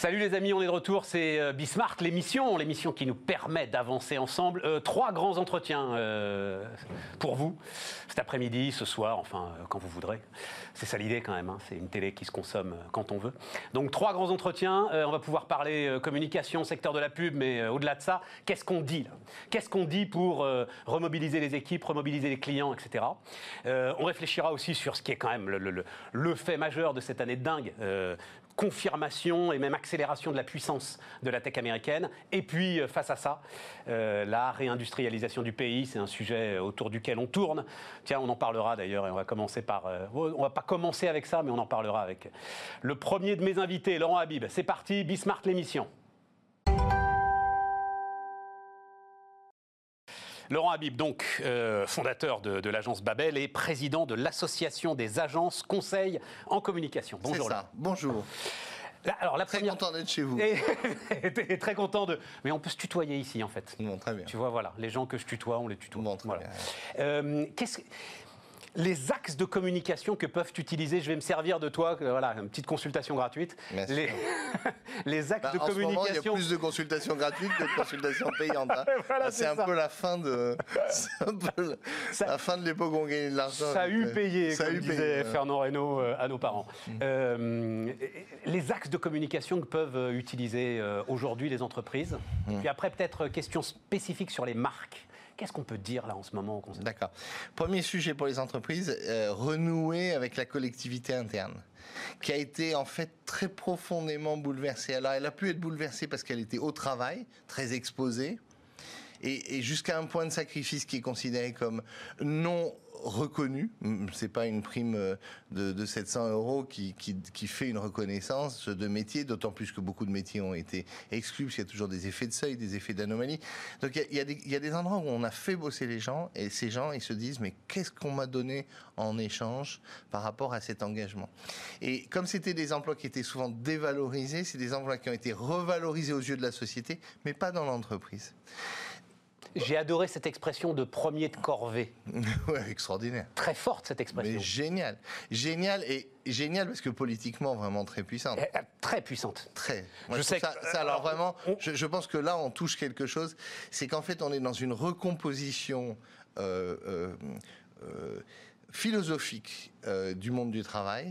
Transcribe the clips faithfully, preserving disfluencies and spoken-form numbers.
Salut les amis, on est de retour, c'est Bismart, l'émission, l'émission qui nous permet d'avancer ensemble. Euh, trois grands entretiens euh, pour vous, cet après-midi, ce soir, enfin euh, quand vous voudrez. C'est ça l'idée quand même, hein. C'est une télé qui se consomme quand on veut. Donc trois grands entretiens, euh, on va pouvoir parler euh, communication, secteur de la pub, mais euh, au-delà de ça, qu'est-ce qu'on dit là? Qu'est-ce qu'on dit pour euh, remobiliser les équipes, remobiliser les clients, et cetera. Euh, on réfléchira aussi sur ce qui est quand même le, le, le fait majeur de cette année de dingue. Euh, confirmation et même accélération de la puissance de la tech américaine. Et puis, face à ça, euh, la réindustrialisation du pays, c'est un sujet autour duquel on tourne. Tiens, on en parlera d'ailleurs, et on va commencer par... Euh, on va pas commencer avec ça, mais on en parlera avec le premier de mes invités, Laurent Habib. C'est parti, Bismart l'émission. Laurent Habib, donc euh, fondateur de, de l'agence Babel et président de l'association des agences conseils en communication. Bonjour. C'est ça. Bonjour. Là, alors, la très première... content d'être chez vous. Et, et très content de... Mais on peut se tutoyer ici, en fait. Bon, très bien. Tu vois, voilà, les gens que je tutoie, on les tutoie. Bon, très voilà. bien. Euh, qu'est-ce que... Les axes de communication que peuvent utiliser, je vais me servir de toi, voilà, une petite consultation gratuite. Les, les axes bah, de en communication. En ce moment, il y a plus de consultations gratuites que de consultations payantes. Hein. Voilà, c'est un ça. peu la fin de, c'est un peu ça, la fin de l'époque où on gagnait de l'argent. Ça a eu payé, ça comme a eu disait payé, Fernand Reynaud euh, à nos parents. Mmh. Euh, les axes de communication que peuvent utiliser euh, aujourd'hui les entreprises. Mmh. Puis après, peut-être question spécifique sur les marques. Qu'est-ce qu'on peut dire là en ce moment? D'accord. Premier sujet pour les entreprises, euh, renouer avec la collectivité interne, qui a été en fait très profondément bouleversée. Alors elle a pu être bouleversée parce qu'elle était au travail, très exposée, et, et jusqu'à un point de sacrifice qui est considéré comme non reconnu. C'est pas une prime de, de sept cents euros qui, qui, qui fait une reconnaissance de métier, d'autant plus que beaucoup de métiers ont été exclus, parce qu'il y a toujours des effets de seuil, des effets d'anomalie. Donc il y a, il y a des, il y a des endroits où on a fait bosser les gens, et ces gens, ils se disent, mais qu'est-ce qu'on m'a donné en échange par rapport à cet engagement? Et comme c'était des emplois qui étaient souvent dévalorisés, c'est des emplois qui ont été revalorisés aux yeux de la société, mais pas dans l'entreprise. J'ai adoré cette expression de premier de corvée. Ouais, extraordinaire. Très forte cette expression. Mais génial. Génial et génial parce que politiquement vraiment très puissante. Euh, très puissante. Très. Moi, je je sais ça, que, ça, alors euh, vraiment, on... je, je pense que là on touche quelque chose. C'est qu'en fait on est dans une recomposition euh, euh, euh, philosophique euh, du monde du travail.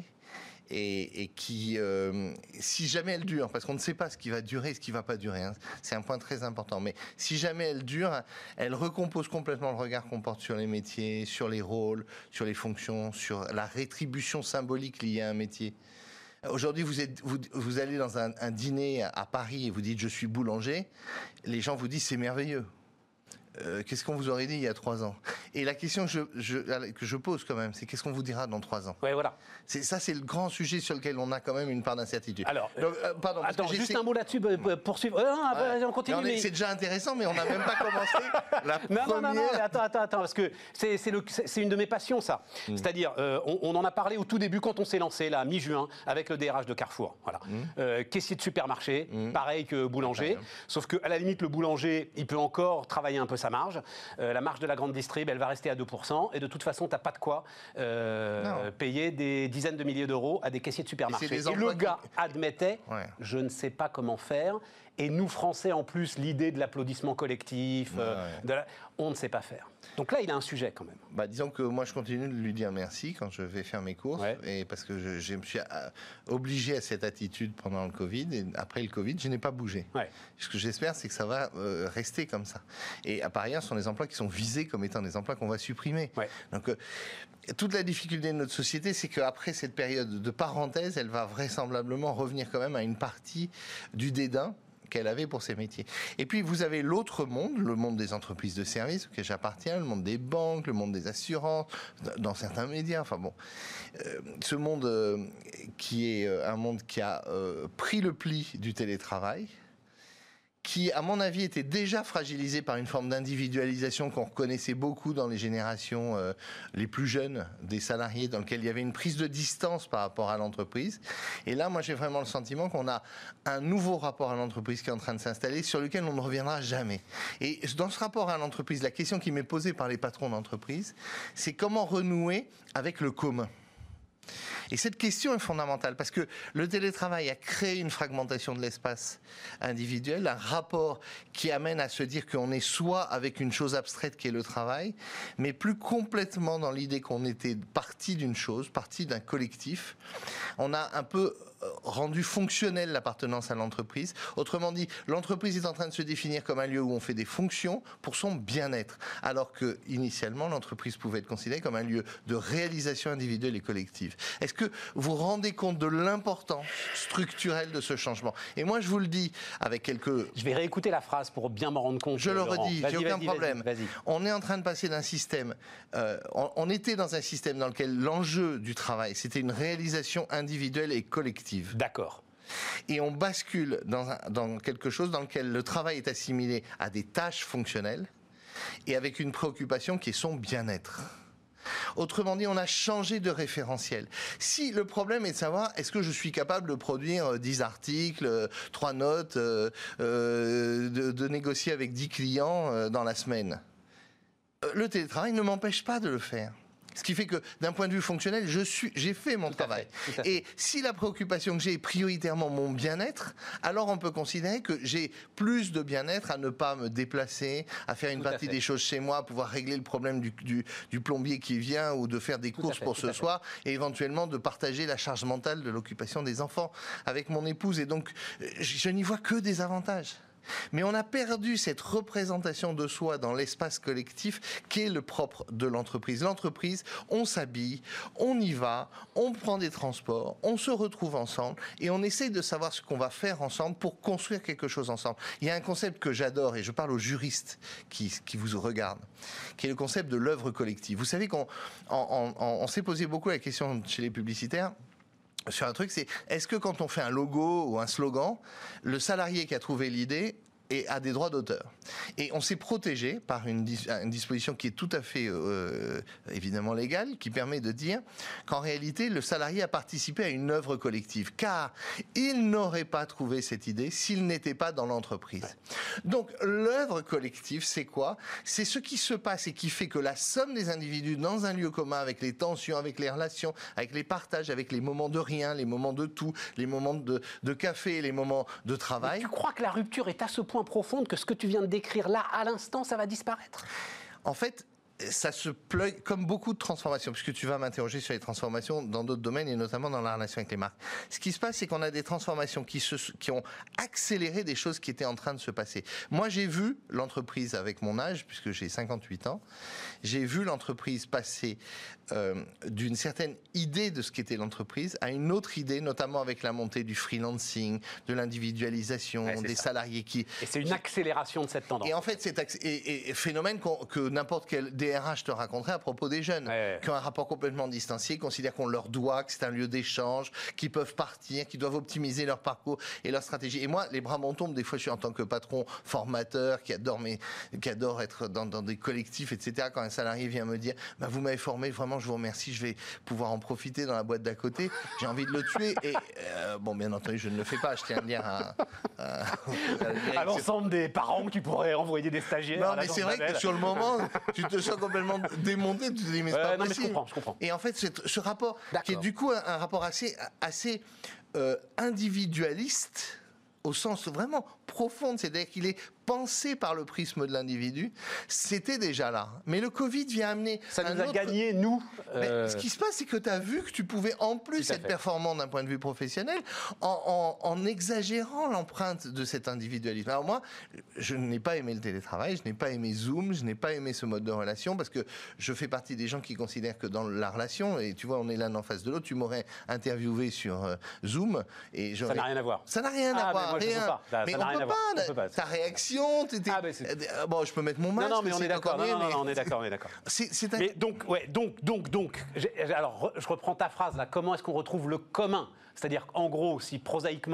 Et, et qui, euh, si jamais elle dure, parce qu'on ne sait pas ce qui va durer et ce qui ne va pas durer, hein, c'est un point très important, mais si jamais elle dure, elle recompose complètement le regard qu'on porte sur les métiers, sur les rôles, sur les fonctions, sur la rétribution symbolique liée à un métier. Aujourd'hui, vous, êtes, vous, vous allez dans un, un dîner à Paris et vous dites « je suis boulanger », les gens vous disent « c'est merveilleux ». Euh, qu'est-ce qu'on vous aurait dit il y a trois ans? Et la question que je, je, que je pose quand même, c'est qu'est-ce qu'on vous dira dans trois ans? Ouais, voilà. C'est, ça, c'est le grand sujet sur lequel on a quand même une part d'incertitude. Alors, Donc, euh, pardon. Attends, juste un mot là-dessus, poursuivre. Euh, non, après, ouais. on continue. Mais... C'est déjà intéressant, mais on n'a même pas commencé la première... Non, non, non, non, attends, attends, attends, parce que c'est, c'est, le, c'est une de mes passions, ça. Mmh. C'est-à-dire, euh, on, on en a parlé au tout début quand on s'est lancé, là, mi-juin, avec le D R H de Carrefour. Voilà. Mmh. Euh, caissier de supermarché, mmh. pareil que boulanger, sauf qu'à la limite, le boulanger, il peut encore travailler un peu sa marge. Euh, la marge de la grande distrib, elle va rester à deux pour cent, et de toute façon, tu n'as pas de quoi euh, payer des dizaines de milliers d'euros à des caissiers de supermarché. Et, et le gars qui... admettait, ouais. je ne sais pas comment faire, et nous, Français, en plus, l'idée de l'applaudissement collectif, ouais, euh, ouais. De la... on ne sait pas faire. Donc là, il a un sujet quand même. Bah, disons que moi, je continue de lui dire merci quand je vais faire mes courses, ouais. et parce que je, je me suis obligé à cette attitude pendant le Covid, et après le Covid, je n'ai pas bougé. Ouais. Ce que j'espère, c'est que ça va euh, rester comme ça. Et par ailleurs, ce sont des emplois qui sont visés comme étant des emplois qu'on va supprimer. Ouais. Donc, euh, toute la difficulté de notre société, c'est qu'après cette période de parenthèse, elle va vraisemblablement revenir quand même à une partie du dédain qu'elle avait pour ces métiers. Et puis vous avez l'autre monde, le monde des entreprises de services auquel j'appartiens, le monde des banques, le monde des assurances, dans certains médias, enfin bon, euh, ce monde euh, qui est un monde qui a euh, pris le pli du télétravail, qui, à mon avis, était déjà fragilisé par une forme d'individualisation qu'on reconnaissait beaucoup dans les générations euh, les plus jeunes des salariés, dans lequel il y avait une prise de distance par rapport à l'entreprise. Et là, moi, j'ai vraiment le sentiment qu'on a un nouveau rapport à l'entreprise qui est en train de s'installer, sur lequel on ne reviendra jamais. Et dans ce rapport à l'entreprise, la question qui m'est posée par les patrons d'entreprise, c'est comment renouer avec le commun. Et cette question est fondamentale parce que le télétravail a créé une fragmentation de l'espace individuel, un rapport qui amène à se dire qu'on est soit avec une chose abstraite qui est le travail, mais plus complètement dans l'idée qu'on était partie d'une chose, partie d'un collectif. On a un peu rendu fonctionnelle l'appartenance à l'entreprise. Autrement dit, l'entreprise est en train de se définir comme un lieu où on fait des fonctions pour son bien-être, alors que initialement l'entreprise pouvait être considérée comme un lieu de réalisation individuelle et collective. Est-ce que vous vous rendez compte de l'importance structurelle de ce changement? Et moi, je vous le dis avec quelques... Je vais réécouter la phrase pour bien m'en rendre compte. Je le Laurent. redis, j'ai aucun problème. Vas-y, vas-y. On est en train de passer d'un système... Euh, on, on était dans un système dans lequel l'enjeu du travail, c'était une réalisation individuelle et collective. D'accord. Et on bascule dans, un, dans quelque chose dans lequel le travail est assimilé à des tâches fonctionnelles et avec une préoccupation qui est son bien-être. Autrement dit, on a changé de référentiel. Si le problème est de savoir, est-ce que je suis capable de produire dix articles, trois notes, euh, euh, de, de négocier avec dix clients euh, dans la semaine, le télétravail ne m'empêche pas de le faire. Ce qui fait que, d'un point de vue fonctionnel, je suis, j'ai fait mon tout travail. fait, Et si la préoccupation que j'ai est prioritairement mon bien-être, alors on peut considérer que j'ai plus de bien-être à ne pas me déplacer, à faire une tout partie des choses chez moi, à pouvoir régler le problème du, du, du plombier qui vient ou de faire des tout courses fait, pour ce soir et éventuellement de partager la charge mentale de l'occupation des enfants avec mon épouse. Et donc, je, je n'y vois que des avantages. Mais on a perdu cette représentation de soi dans l'espace collectif qui est le propre de l'entreprise. L'entreprise, on s'habille, on y va, on prend des transports, on se retrouve ensemble et on essaye de savoir ce qu'on va faire ensemble pour construire quelque chose ensemble. Il y a un concept que j'adore et je parle aux juristes qui, qui vous regardent, qui est le concept de l'œuvre collective. Vous savez qu'on on, on, on s'est posé beaucoup la question chez les publicitaires sur un truc, c'est est-ce que quand on fait un logo ou un slogan, le salarié qui a trouvé l'idée et a des droits d'auteur. Et on s'est protégé par une, dis- une disposition qui est tout à fait euh, évidemment légale, qui permet de dire qu'en réalité, le salarié a participé à une œuvre collective, car il n'aurait pas trouvé cette idée s'il n'était pas dans l'entreprise. Donc l'œuvre collective, c'est quoi? C'est ce qui se passe et qui fait que la somme des individus dans un lieu commun, avec les tensions, avec les relations, avec les partages, avec les moments de rien, les moments de tout, les moments de, de café, les moments de travail... Mais tu crois que la rupture est à ce point profonde que ce que tu viens de décrire là, à l'instant, ça va disparaître? En fait, ça se plug comme beaucoup de transformations, puisque tu vas m'interroger sur les transformations dans d'autres domaines et notamment dans la relation avec les marques. Ce qui se passe, c'est qu'on a des transformations qui, se, qui ont accéléré des choses qui étaient en train de se passer. Moi, j'ai vu l'entreprise avec mon âge, puisque j'ai cinquante-huit ans, j'ai vu l'entreprise passer euh, d'une certaine idée de ce qu'était l'entreprise à une autre idée, notamment avec la montée du freelancing, de l'individualisation, ouais, des ça. salariés qui... Et c'est une accélération de cette tendance. Et en fait, c'est acc- et, et, et phénomène que n'importe quel D R H te raconterait à propos des jeunes, ouais. qui ont un rapport complètement distancié, considèrent qu'on leur doit, que c'est un lieu d'échange, qu'ils peuvent partir, qu'ils doivent optimiser leur parcours et leur stratégie. Et moi, les bras m'en tombent. Des fois, je suis en tant que patron formateur qui adore, mes, qui adore être dans, dans des collectifs, et cetera. Quand un salarié vient me dire bah, « vous m'avez formé, vraiment, je vous remercie, je vais pouvoir en profiter dans la boîte d'à côté », j'ai envie de le tuer. Et euh, bon, bien entendu, je ne le fais pas. Je tiens à le dire à, à, à, à l'ensemble des parents qui pourraient envoyer des stagiaires. Non, mais c'est vrai que sur le moment, tu te sens complètement démonté, tu te dis mais c'est euh, pas non, possible. Mais je comprends, je comprends. Et en fait, ce rapport qui est du coup un, un rapport assez, assez euh, individualiste, au sens vraiment profond, c'est-à-dire qu'il est pensé par le prisme de l'individu, c'était déjà là. Mais le Covid vient amener... Ça nous un a autre... gagné, nous. Euh... Mais ce qui se passe, c'est que tu as vu que tu pouvais, en plus, être performant d'un point de vue professionnel, en, en, en exagérant l'empreinte de cet individualisme. Alors moi, je n'ai pas aimé le télétravail, je n'ai pas aimé Zoom, je n'ai pas aimé ce mode de relation, parce que je fais partie des gens qui considèrent que dans la relation, et tu vois, on est l'un en face de l'autre, tu m'aurais interviewé sur euh, Zoom, et ça n'a rien à voir. Ça n'a rien ah, à voir, mais moi, rien. Pas. Ça, mais ça on peut, rien pas, on peut pas. Ta réaction, t'étais... Ah, ben bon, je peux mettre mon masque. Non, non, mais on est d'accord. Non, non, non, mais... on est d'accord, on est d'accord. C'est, c'est un... Mais donc, ouais, donc, donc, donc. Alors, je reprends ta phrase là. Comment est-ce qu'on retrouve le commun? C'est-à-dire qu'en gros, si prosaïquement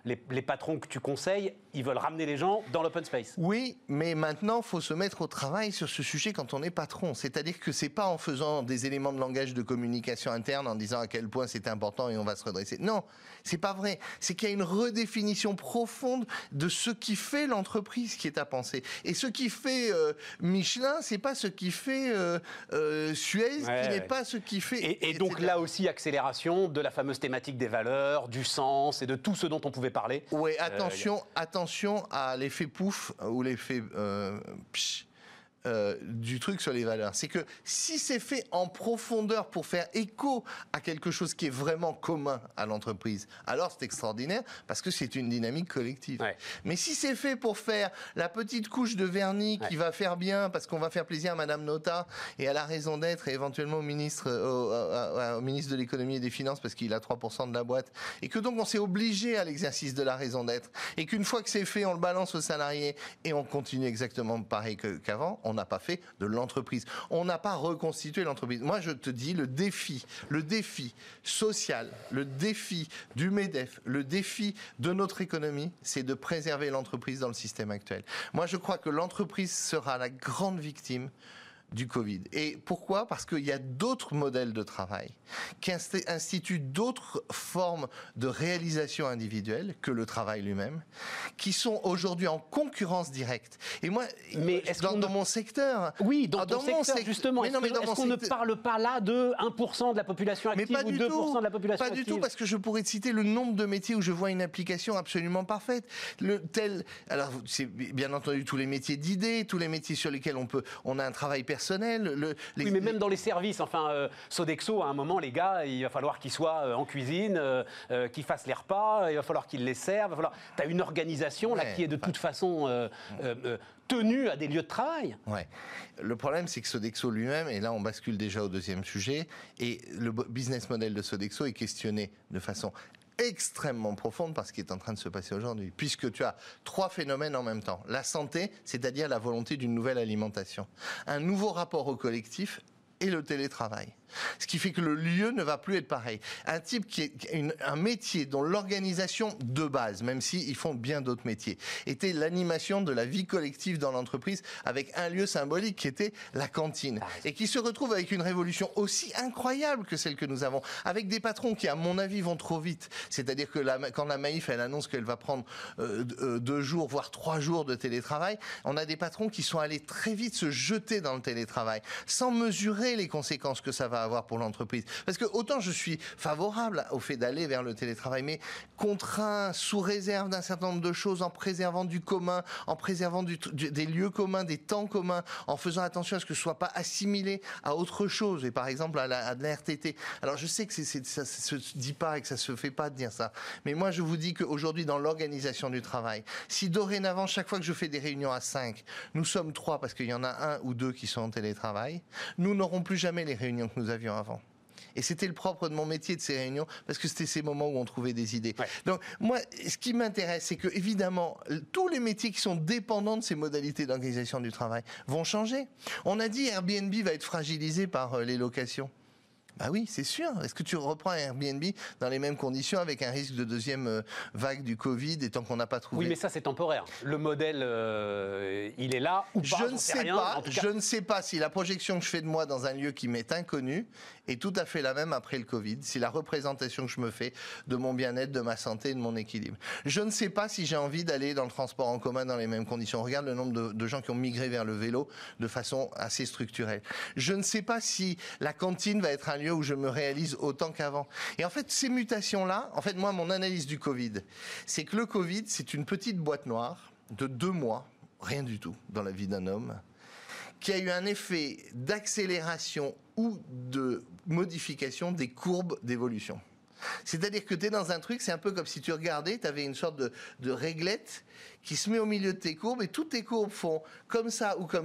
les, les patrons que tu conseilles, ils veulent ramener les gens dans l'open space. Oui, mais maintenant, il faut se mettre au travail sur ce sujet quand on est patron. C'est-à-dire que c'est pas en faisant des éléments de langage de communication interne, en disant à quel point c'est important et on va se redresser. Non, c'est pas vrai. C'est qu'il y a une redéfinition profonde de ce qui fait l'entreprise qui est à penser. Et ce qui fait euh, Michelin, c'est pas ce qui fait euh, euh, Suez, ouais, qui n'est ouais. pas ce qui fait... Et, et donc là aussi, accélération de la fameuse thématique des valeurs, du sens et de tout ce dont on pouvait parler. Oui, attention, euh, attention à l'effet pouf ou l'effet euh, psh, euh, du truc sur les valeurs. C'est que si c'est fait en profondeur pour faire écho à quelque chose qui est vraiment commun à l'entreprise, alors c'est extraordinaire parce que c'est une dynamique collective. Ouais. Mais si c'est fait pour faire la petite couche de vernis ouais. qui va faire bien parce qu'on va faire plaisir à Madame Nota et à la raison d'être et éventuellement au ministre, au, au, au ministre de l'économie et des finances parce qu'il a trois pour cent de la boîte et que donc on s'est obligé à l'exercice de la raison d'être et qu'une fois que c'est fait, on le balance aux salariés et on continue exactement pareil que, qu'avant, on n'a pas fait de l'entreprise. On n'a pas reconstitué l'entreprise. Moi, je te dis, le défi, le défi social, le défi du MEDEF, le défi de notre économie, c'est de préserver l'entreprise dans le système actuel. Moi, je crois que l'entreprise sera la grande victime du Covid. Et pourquoi ? Parce qu'il y a d'autres modèles de travail qui instituent d'autres formes de réalisation individuelle que le travail lui-même, qui sont aujourd'hui en concurrence directe. Et moi, mais est-ce dans, qu'on dans ne... mon secteur... Oui, dans, dans ton mon secteur, justement. Mais est-ce, non, mais que, est-ce qu'on secteur... ne parle pas là de un pour cent de la population active mais pas ou du deux pour cent tout, de la population pas active ? Pas du tout, parce que je pourrais te citer le nombre de métiers où je vois une application absolument parfaite. Le tel... Alors, c'est bien entendu tous les métiers d'idées, tous les métiers sur lesquels on peut... On a un travail personnel. Le, les... Oui, mais même dans les services, enfin, euh, Sodexo, à un moment, les gars, il va falloir qu'ils soient euh, en cuisine, euh, euh, qu'ils fassent les repas, il va falloir qu'ils les servent. Il va falloir... Tu as une organisation ouais, là qui est de toute façon euh, euh, euh, tenue à des lieux de travail. Ouais. Le problème, c'est que Sodexo lui-même, et là on bascule déjà au deuxième sujet, et le business model de Sodexo est questionné de façon extrêmement profonde par ce qui est en train de se passer aujourd'hui, puisque tu as trois phénomènes en même temps. La santé, c'est-à-dire la volonté d'une nouvelle alimentation. Un nouveau rapport au collectif et le télétravail. Ce qui fait que le lieu ne va plus être pareil. Un type qui est une, un métier dont l'organisation de base, même s'ils font bien d'autres métiers, était l'animation de la vie collective dans l'entreprise avec un lieu symbolique qui était la cantine. Et qui se retrouve avec une révolution aussi incroyable que celle que nous avons, avec des patrons qui, à mon avis, vont trop vite. C'est-à-dire que la, quand la Maïf, elle annonce qu'elle va prendre euh, deux jours, voire trois jours de télétravail, on a des patrons qui sont allés très vite se jeter dans le télétravail, sans mesurer les conséquences que ça va avoir pour l'entreprise. Parce que autant je suis favorable au fait d'aller vers le télétravail, mais contraint, sous réserve d'un certain nombre de choses, en préservant du commun, en préservant du, du, des lieux communs, des temps communs, en faisant attention à ce que ce soit pas assimilé à autre chose, et par exemple à, la, à de la R T T. Alors je sais que c'est, c'est, ça se dit pas et que ça se fait pas de dire ça, mais moi je vous dis qu'aujourd'hui dans l'organisation du travail, si dorénavant chaque fois que je fais des réunions à cinq, nous sommes trois parce qu'il y en a un ou deux qui sont en télétravail, nous n'aurons plus jamais les réunions que nous avions avant. Et c'était le propre de mon métier, de ces réunions, parce que c'était ces moments où on trouvait des idées. Ouais. Donc, moi, ce qui m'intéresse, c'est que, évidemment, tous les métiers qui sont dépendants de ces modalités d'organisation du travail vont changer. On a dit Airbnb va être fragilisé par euh, les locations. Bah oui, c'est sûr. Est-ce que tu reprends un Airbnb dans les mêmes conditions avec un risque de deuxième euh, vague du Covid et tant qu'on n'a pas trouvé... Oui, mais ça, c'est temporaire. Le modèle, euh, il est là ou pas, je ne sais rien, pas. En tout cas... Je ne sais pas si la projection que je fais de moi dans un lieu qui m'est inconnu est tout à fait la même après le Covid, si la représentation que je me fais de mon bien-être, de ma santé et de mon équilibre. Je ne sais pas si j'ai envie d'aller dans le transport en commun dans les mêmes conditions. Regarde le nombre de, de gens qui ont migré vers le vélo de façon assez structurelle. Je ne sais pas si la cantine va être un lieu où je me réalise autant qu'avant. Et en fait, ces mutations-là, en fait, moi, mon analyse du Covid, c'est que le Covid, c'est une petite boîte noire de deux mois, rien du tout dans la vie d'un homme, qui a eu un effet d'accélération ou de modification des courbes d'évolution. C'est-à-dire que tu es dans un truc, c'est un peu comme si tu regardais, tu avais une sorte de, de réglette qui se met au milieu de tes courbes et toutes tes courbes font comme ça ou comme ça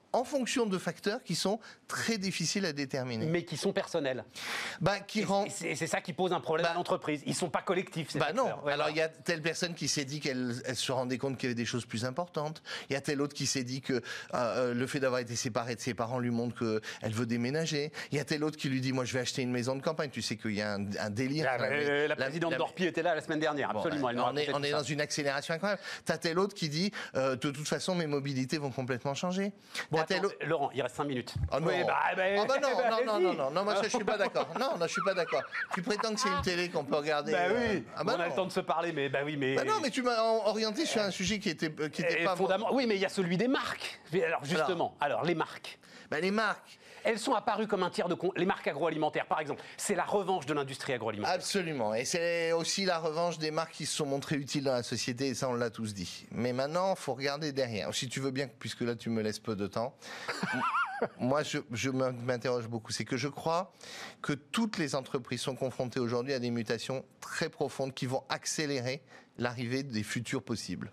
en fonction de facteurs qui sont très difficiles à déterminer. Mais qui sont personnels. Bah, qui rend... Et c'est ça qui pose un problème bah, à l'entreprise. Ils ne sont pas collectifs, ces bah facteurs. non. Ouais, Alors, il y a telle personne qui s'est dit qu'elle elle se rendait compte qu'il y avait des choses plus importantes. Il y a telle autre qui s'est dit que euh, le fait d'avoir été séparée de ses parents lui montre qu'elle veut déménager. Il y a telle autre qui lui dit, moi, je vais acheter une maison de campagne. Tu sais qu'il y a un, un délire. La, la, la, la présidente la, d'Orpi était là la semaine dernière, bon, absolument. Elle on est, on est dans une accélération incroyable. Tu as telle autre qui dit, euh, de toute façon, mes mobilités vont complètement changer. Bon, attends, autre... Laurent, il reste cinq minutes. Oh non. Oui, bah, bah, oh bah non, bah, non, non, non, non, non, moi ça, je suis pas d'accord. Non, non, je suis pas d'accord. Tu prétends que c'est une télé qu'on peut regarder. Bah oui. Ah bah on a le temps de se parler, mais bah oui, mais. Bah non, mais tu m'as orienté sur un sujet qui était, qui était pas fondamental. Oui, mais il y a celui des marques. Alors justement, alors, alors les marques. Bah les marques. Elles sont apparues comme un tiers de con... les marques agroalimentaires, par exemple. C'est la revanche de l'industrie agroalimentaire. Absolument. Et c'est aussi la revanche des marques qui se sont montrées utiles dans la société, et ça, on l'a tous dit. Mais maintenant, il faut regarder derrière. Si tu veux bien, puisque là, tu me laisses peu de temps. Moi, je, je m'interroge beaucoup. C'est que je crois que toutes les entreprises sont confrontées aujourd'hui à des mutations très profondes qui vont accélérer l'arrivée des futurs possibles.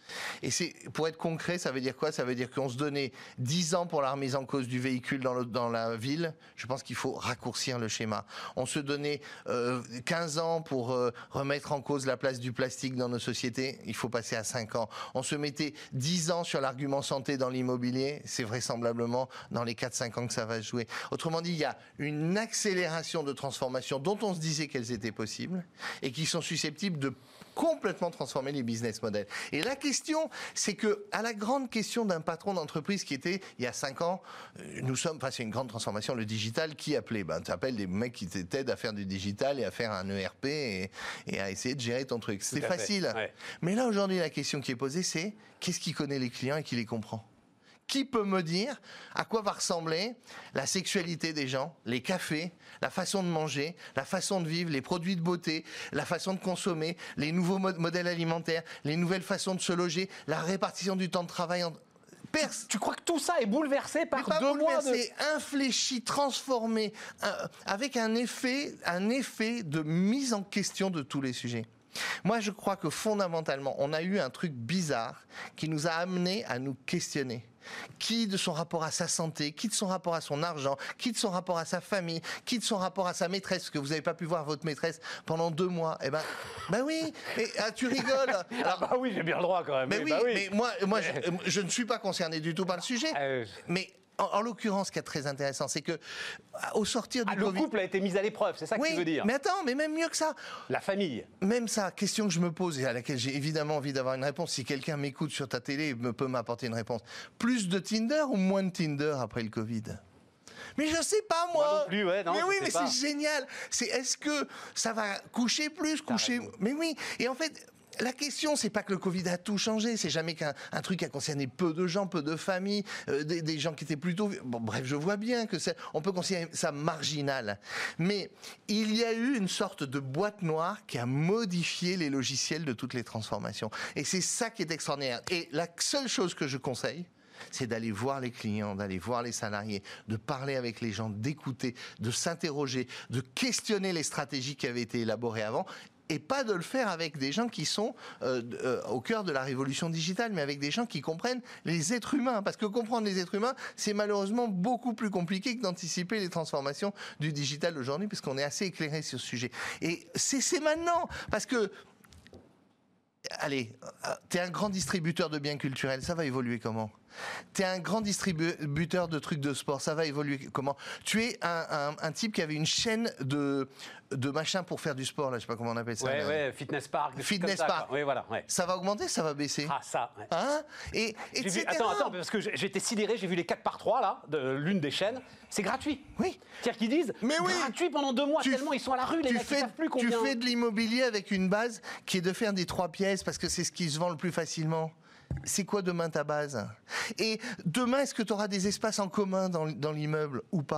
Et c'est, pour être concret, ça veut dire quoi? Ça veut dire qu'on se donnait dix ans pour la remise en cause du véhicule dans, le, dans la ville. Je pense qu'il faut raccourcir le schéma. On se donnait euh, quinze ans pour euh, remettre en cause la place du plastique dans nos sociétés. Il faut passer à cinq ans. On se mettait dix ans sur l'argument santé dans l'immobilier. C'est vraisemblablement dans les quatre cinq ans que ça va se jouer. Autrement dit, il y a une accélération de transformation dont on se disait qu'elles étaient possibles et qui sont susceptibles de complètement transformer les business models. Et la question, c'est que à la grande question d'un patron d'entreprise qui était, il y a cinq ans, nous sommes face à une grande transformation, le digital, qui appelait? Ben, tu appelles des mecs qui t'aident à faire du digital et à faire un E R P et, et à essayer de gérer ton truc. C'est facile. Ouais. Mais là, aujourd'hui, la question qui est posée, c'est qu'est-ce qui connaît les clients et qui les comprend? Qui peut me dire à quoi va ressembler la sexualité des gens, les cafés, la façon de manger, la façon de vivre, les produits de beauté, la façon de consommer, les nouveaux mod- modèles alimentaires, les nouvelles façons de se loger, la répartition du temps de travail en... Perse. Tu crois que tout ça est bouleversé par pas deux bouleversé, mois de... infléchi, transformé, un, avec un effet, un effet de mise en question de tous les sujets. Moi, je crois que fondamentalement, on a eu un truc bizarre qui nous a amené à nous questionner. Qui de son rapport à sa santé, qui de son rapport à son argent, qui de son rapport à sa famille, qui de son rapport à sa maîtresse, parce que vous n'avez pas pu voir votre maîtresse pendant deux mois. Eh ben, ben oui, et, ah, tu rigoles. Alors, ah bah oui, j'ai bien le droit quand même. Mais oui, oui, bah oui. mais moi, moi je, je ne suis pas concerné du tout par le sujet. Euh... Mais En, en l'occurrence, ce qui est très intéressant, c'est que au sortir du ah, Covid... Le couple a été mis à l'épreuve, c'est ça que oui, tu veux dire? Mais attends, mais même mieux que ça. La famille. Même ça, question que je me pose et à laquelle j'ai évidemment envie d'avoir une réponse. Si quelqu'un m'écoute sur ta télé et me peut m'apporter une réponse. Plus de Tinder ou moins de Tinder après le Covid? Mais je sais pas moi. Moi non plus, ouais, non, mais oui, mais pas. c'est génial. C'est est-ce que ça va coucher plus, coucher... Mais oui. Et en fait... La question, c'est pas que le Covid a tout changé, c'est jamais qu'un un truc qui a concerné peu de gens, peu de familles, euh, des, des gens qui étaient plutôt... Bon, bref, je vois bien que c'est, on peut considérer ça marginal. Mais il y a eu une sorte de boîte noire qui a modifié les logiciels de toutes les transformations. Et c'est ça qui est extraordinaire. Et la seule chose que je conseille, c'est d'aller voir les clients, d'aller voir les salariés, de parler avec les gens, d'écouter, de s'interroger, de questionner les stratégies qui avaient été élaborées avant, et pas de le faire avec des gens qui sont euh, euh, au cœur de la révolution digitale, mais avec des gens qui comprennent les êtres humains. Parce que comprendre les êtres humains, c'est malheureusement beaucoup plus compliqué que d'anticiper les transformations du digital aujourd'hui, parce qu'on est assez éclairé sur ce sujet. Et c'est, c'est maintenant, parce que... Allez, t'es un grand distributeur de biens culturels, ça va évoluer comment ? T'es un grand distributeur de trucs de sport, ça va évoluer comment? Tu es un, un, un type qui avait une chaîne de, de machins pour faire du sport, là, je sais pas comment on appelle ça. Ouais, là. ouais, fitness park. Fitness ça, park. Oui, voilà. Ouais. Ça va augmenter, ça va baisser. Ah, ça. Ouais. Hein? Et, et vu, attends, attends, parce que j'étais sidéré, j'ai vu les quatre par trois là, de l'une des chaînes. C'est gratuit. Oui. C'est-à-dire qu'ils disent mais oui. gratuit pendant deux mois, tu tellement ils sont à la rue, les mecs, ils savent plus combien. Tu fais de l'immobilier avec une base qui est de faire des trois pièces parce que c'est ce qui se vend le plus facilement. C'est quoi demain ta base? Et demain, est-ce que tu auras des espaces en commun dans, dans l'immeuble ou pas?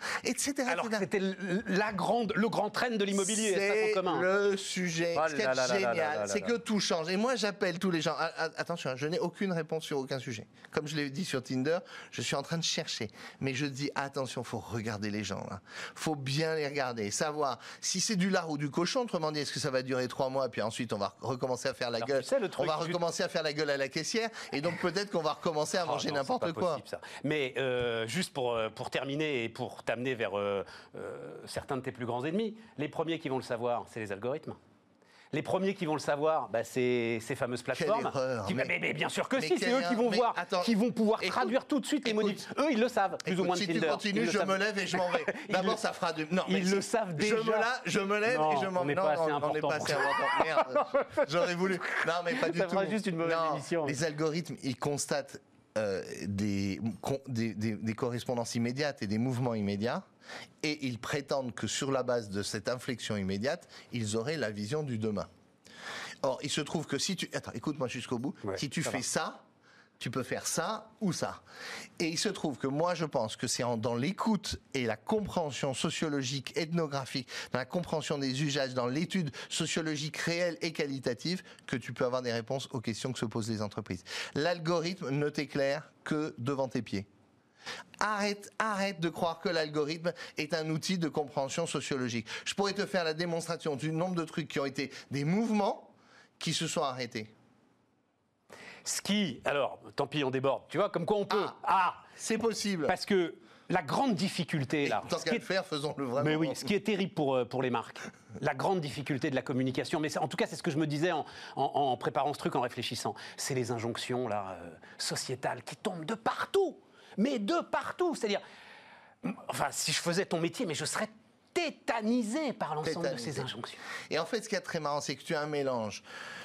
et cetera. Alors c'était la grande, le grand trend de l'immobilier. C'est le sujet. Oh Ce qui est là là là génial, là là là c'est là. que tout change. Et moi, j'appelle tous les gens. Attention, je n'ai aucune réponse sur aucun sujet. Comme je l'ai dit sur Tinder, je suis en train de chercher. Mais je dis, attention, il faut regarder les gens. Il faut bien les regarder. Savoir si c'est du lard ou du cochon. Autrement dit, est-ce que ça va durer trois mois, puis ensuite on va recommencer à faire la Alors, gueule. tu sais, le truc, on va je- recommencer à faire la gueule à la caissière. Et donc peut-être qu'on va recommencer à Oh manger non, n'importe c'est pas quoi. possible, ça. Mais euh, juste pour, euh, pour terminer et pour t'amener vers euh, euh, certains de tes plus grands ennemis, les premiers qui vont le savoir, c'est les algorithmes. Les premiers qui vont le savoir, bah, c'est ces fameuses plateformes. Quelle erreur, qui, mais- mais, mais bien sûr que mais si, c'est quelle eux qui erreur, vont mais voir, attends, qui vont pouvoir écoute, traduire tout de suite les écoute, modifs. Eux, ils le savent, plus Écoute, ou moins de si Tinder. tu continues, Ils le je savent. me lève et je m'en vais. Ils D'abord, le- ça fera du. Non, mais ils si. le savent déjà. Je me, la... je me lève Non, et je m'en on n'est vais. pas assez on n'est important pas pour assez ça. important. Merde, j'aurais voulu. Non, mais pas du Ça tout. fera juste une mauvaise Non, émission. Les algorithmes, ils constatent euh, des, des, des, des correspondances immédiates et des mouvements immédiats. Et ils prétendent que sur la base de cette inflexion immédiate, ils auraient la vision du demain. Or, il se trouve que si tu... Attends, écoute-moi jusqu'au bout. Ouais, si tu ça fais va. ça, tu peux faire ça ou ça. Et il se trouve que moi, je pense que c'est en- dans l'écoute et la compréhension sociologique, ethnographique, dans la compréhension des usages, dans l'étude sociologique réelle et qualitative, que tu peux avoir des réponses aux questions que se posent les entreprises. L'algorithme ne t'éclaire que devant tes pieds. Arrête, arrête de croire que l'algorithme est un outil de compréhension sociologique. Je pourrais te faire la démonstration du nombre de trucs qui ont été des mouvements qui se sont arrêtés. Ce qui, alors, tant pis, on déborde. Tu vois, comme quoi on peut. Ah. Ah, C'est possible. Parce que la grande difficulté, là. Tant ce qu'à qui le est- faire, faisons-le vraiment. Mais oui, ce qui est terrible pour, euh, pour les marques, la grande difficulté de la communication, mais c'est- en tout cas, c'est ce que je me disais en, en- en préparant ce truc, en réfléchissant, c'est les injonctions là, euh, sociétales qui tombent de partout, mais de partout. C'est-à-dire, enfin, si je faisais ton métier, mais je serais tétanisé par l'ensemble de Tétanisé. ces injonctions. Et en fait, ce qui est très marrant, c'est que tu as un mélange.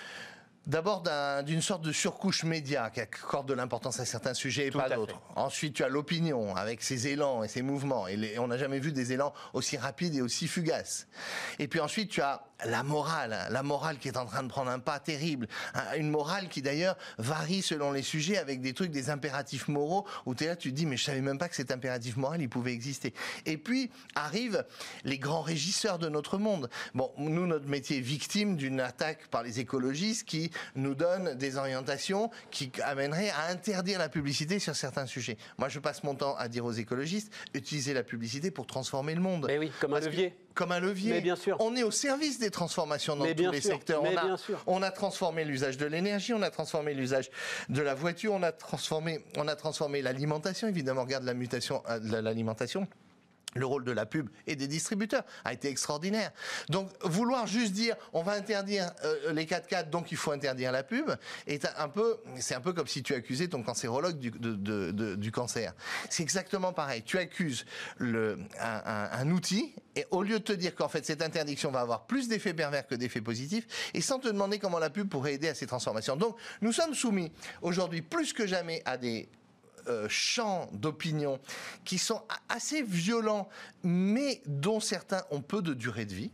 D'abord d'un- d'une sorte de surcouche média qui accorde de l'importance à certains sujets et Tout pas à fait. d'autres. Ensuite, tu as l'opinion avec ses élans et ses mouvements. Et les- on n'a jamais vu des élans aussi rapides et aussi fugaces. Et puis ensuite, tu as la morale. La morale qui est en train de prendre un pas terrible. Un- Une morale qui d'ailleurs varie selon les sujets avec des trucs, des impératifs moraux où tu es là, tu te dis, mais je savais même pas que cet impératif moral, il pouvait exister. Et puis arrivent les grands régisseurs de notre monde. Bon, nous, notre métier est victime d'une attaque par les écologistes qui nous donnent des orientations qui amèneraient à interdire la publicité sur certains sujets. Moi, je passe mon temps à dire aux écologistes, utilisez la publicité pour transformer le monde. Mais oui, comme un Parce que- levier. Comme un levier. Mais bien sûr. On est au service des transformations dans Mais tous bien les sûr. secteurs. Mais on, a, bien sûr. on a transformé l'usage de l'énergie, on a transformé l'usage de la voiture, on a transformé, on a transformé l'alimentation. Évidemment, regarde la mutation euh, de l'alimentation. Le rôle de la pub et des distributeurs a été extraordinaire. Donc, vouloir juste dire on va interdire euh, les quatre quatre, donc il faut interdire la pub, est un peu, c'est un peu comme si tu accusais ton cancérologue du, de, de, de, du cancer. C'est exactement pareil. Tu accuses le, un, un, un outil et au lieu de te dire qu'en fait cette interdiction va avoir plus d'effets pervers que d'effets positifs, et sans te demander comment la pub pourrait aider à ces transformations. Donc, nous sommes soumis aujourd'hui plus que jamais à des Euh, champs d'opinion qui sont a- assez violents, mais dont certains ont peu de durée de vie.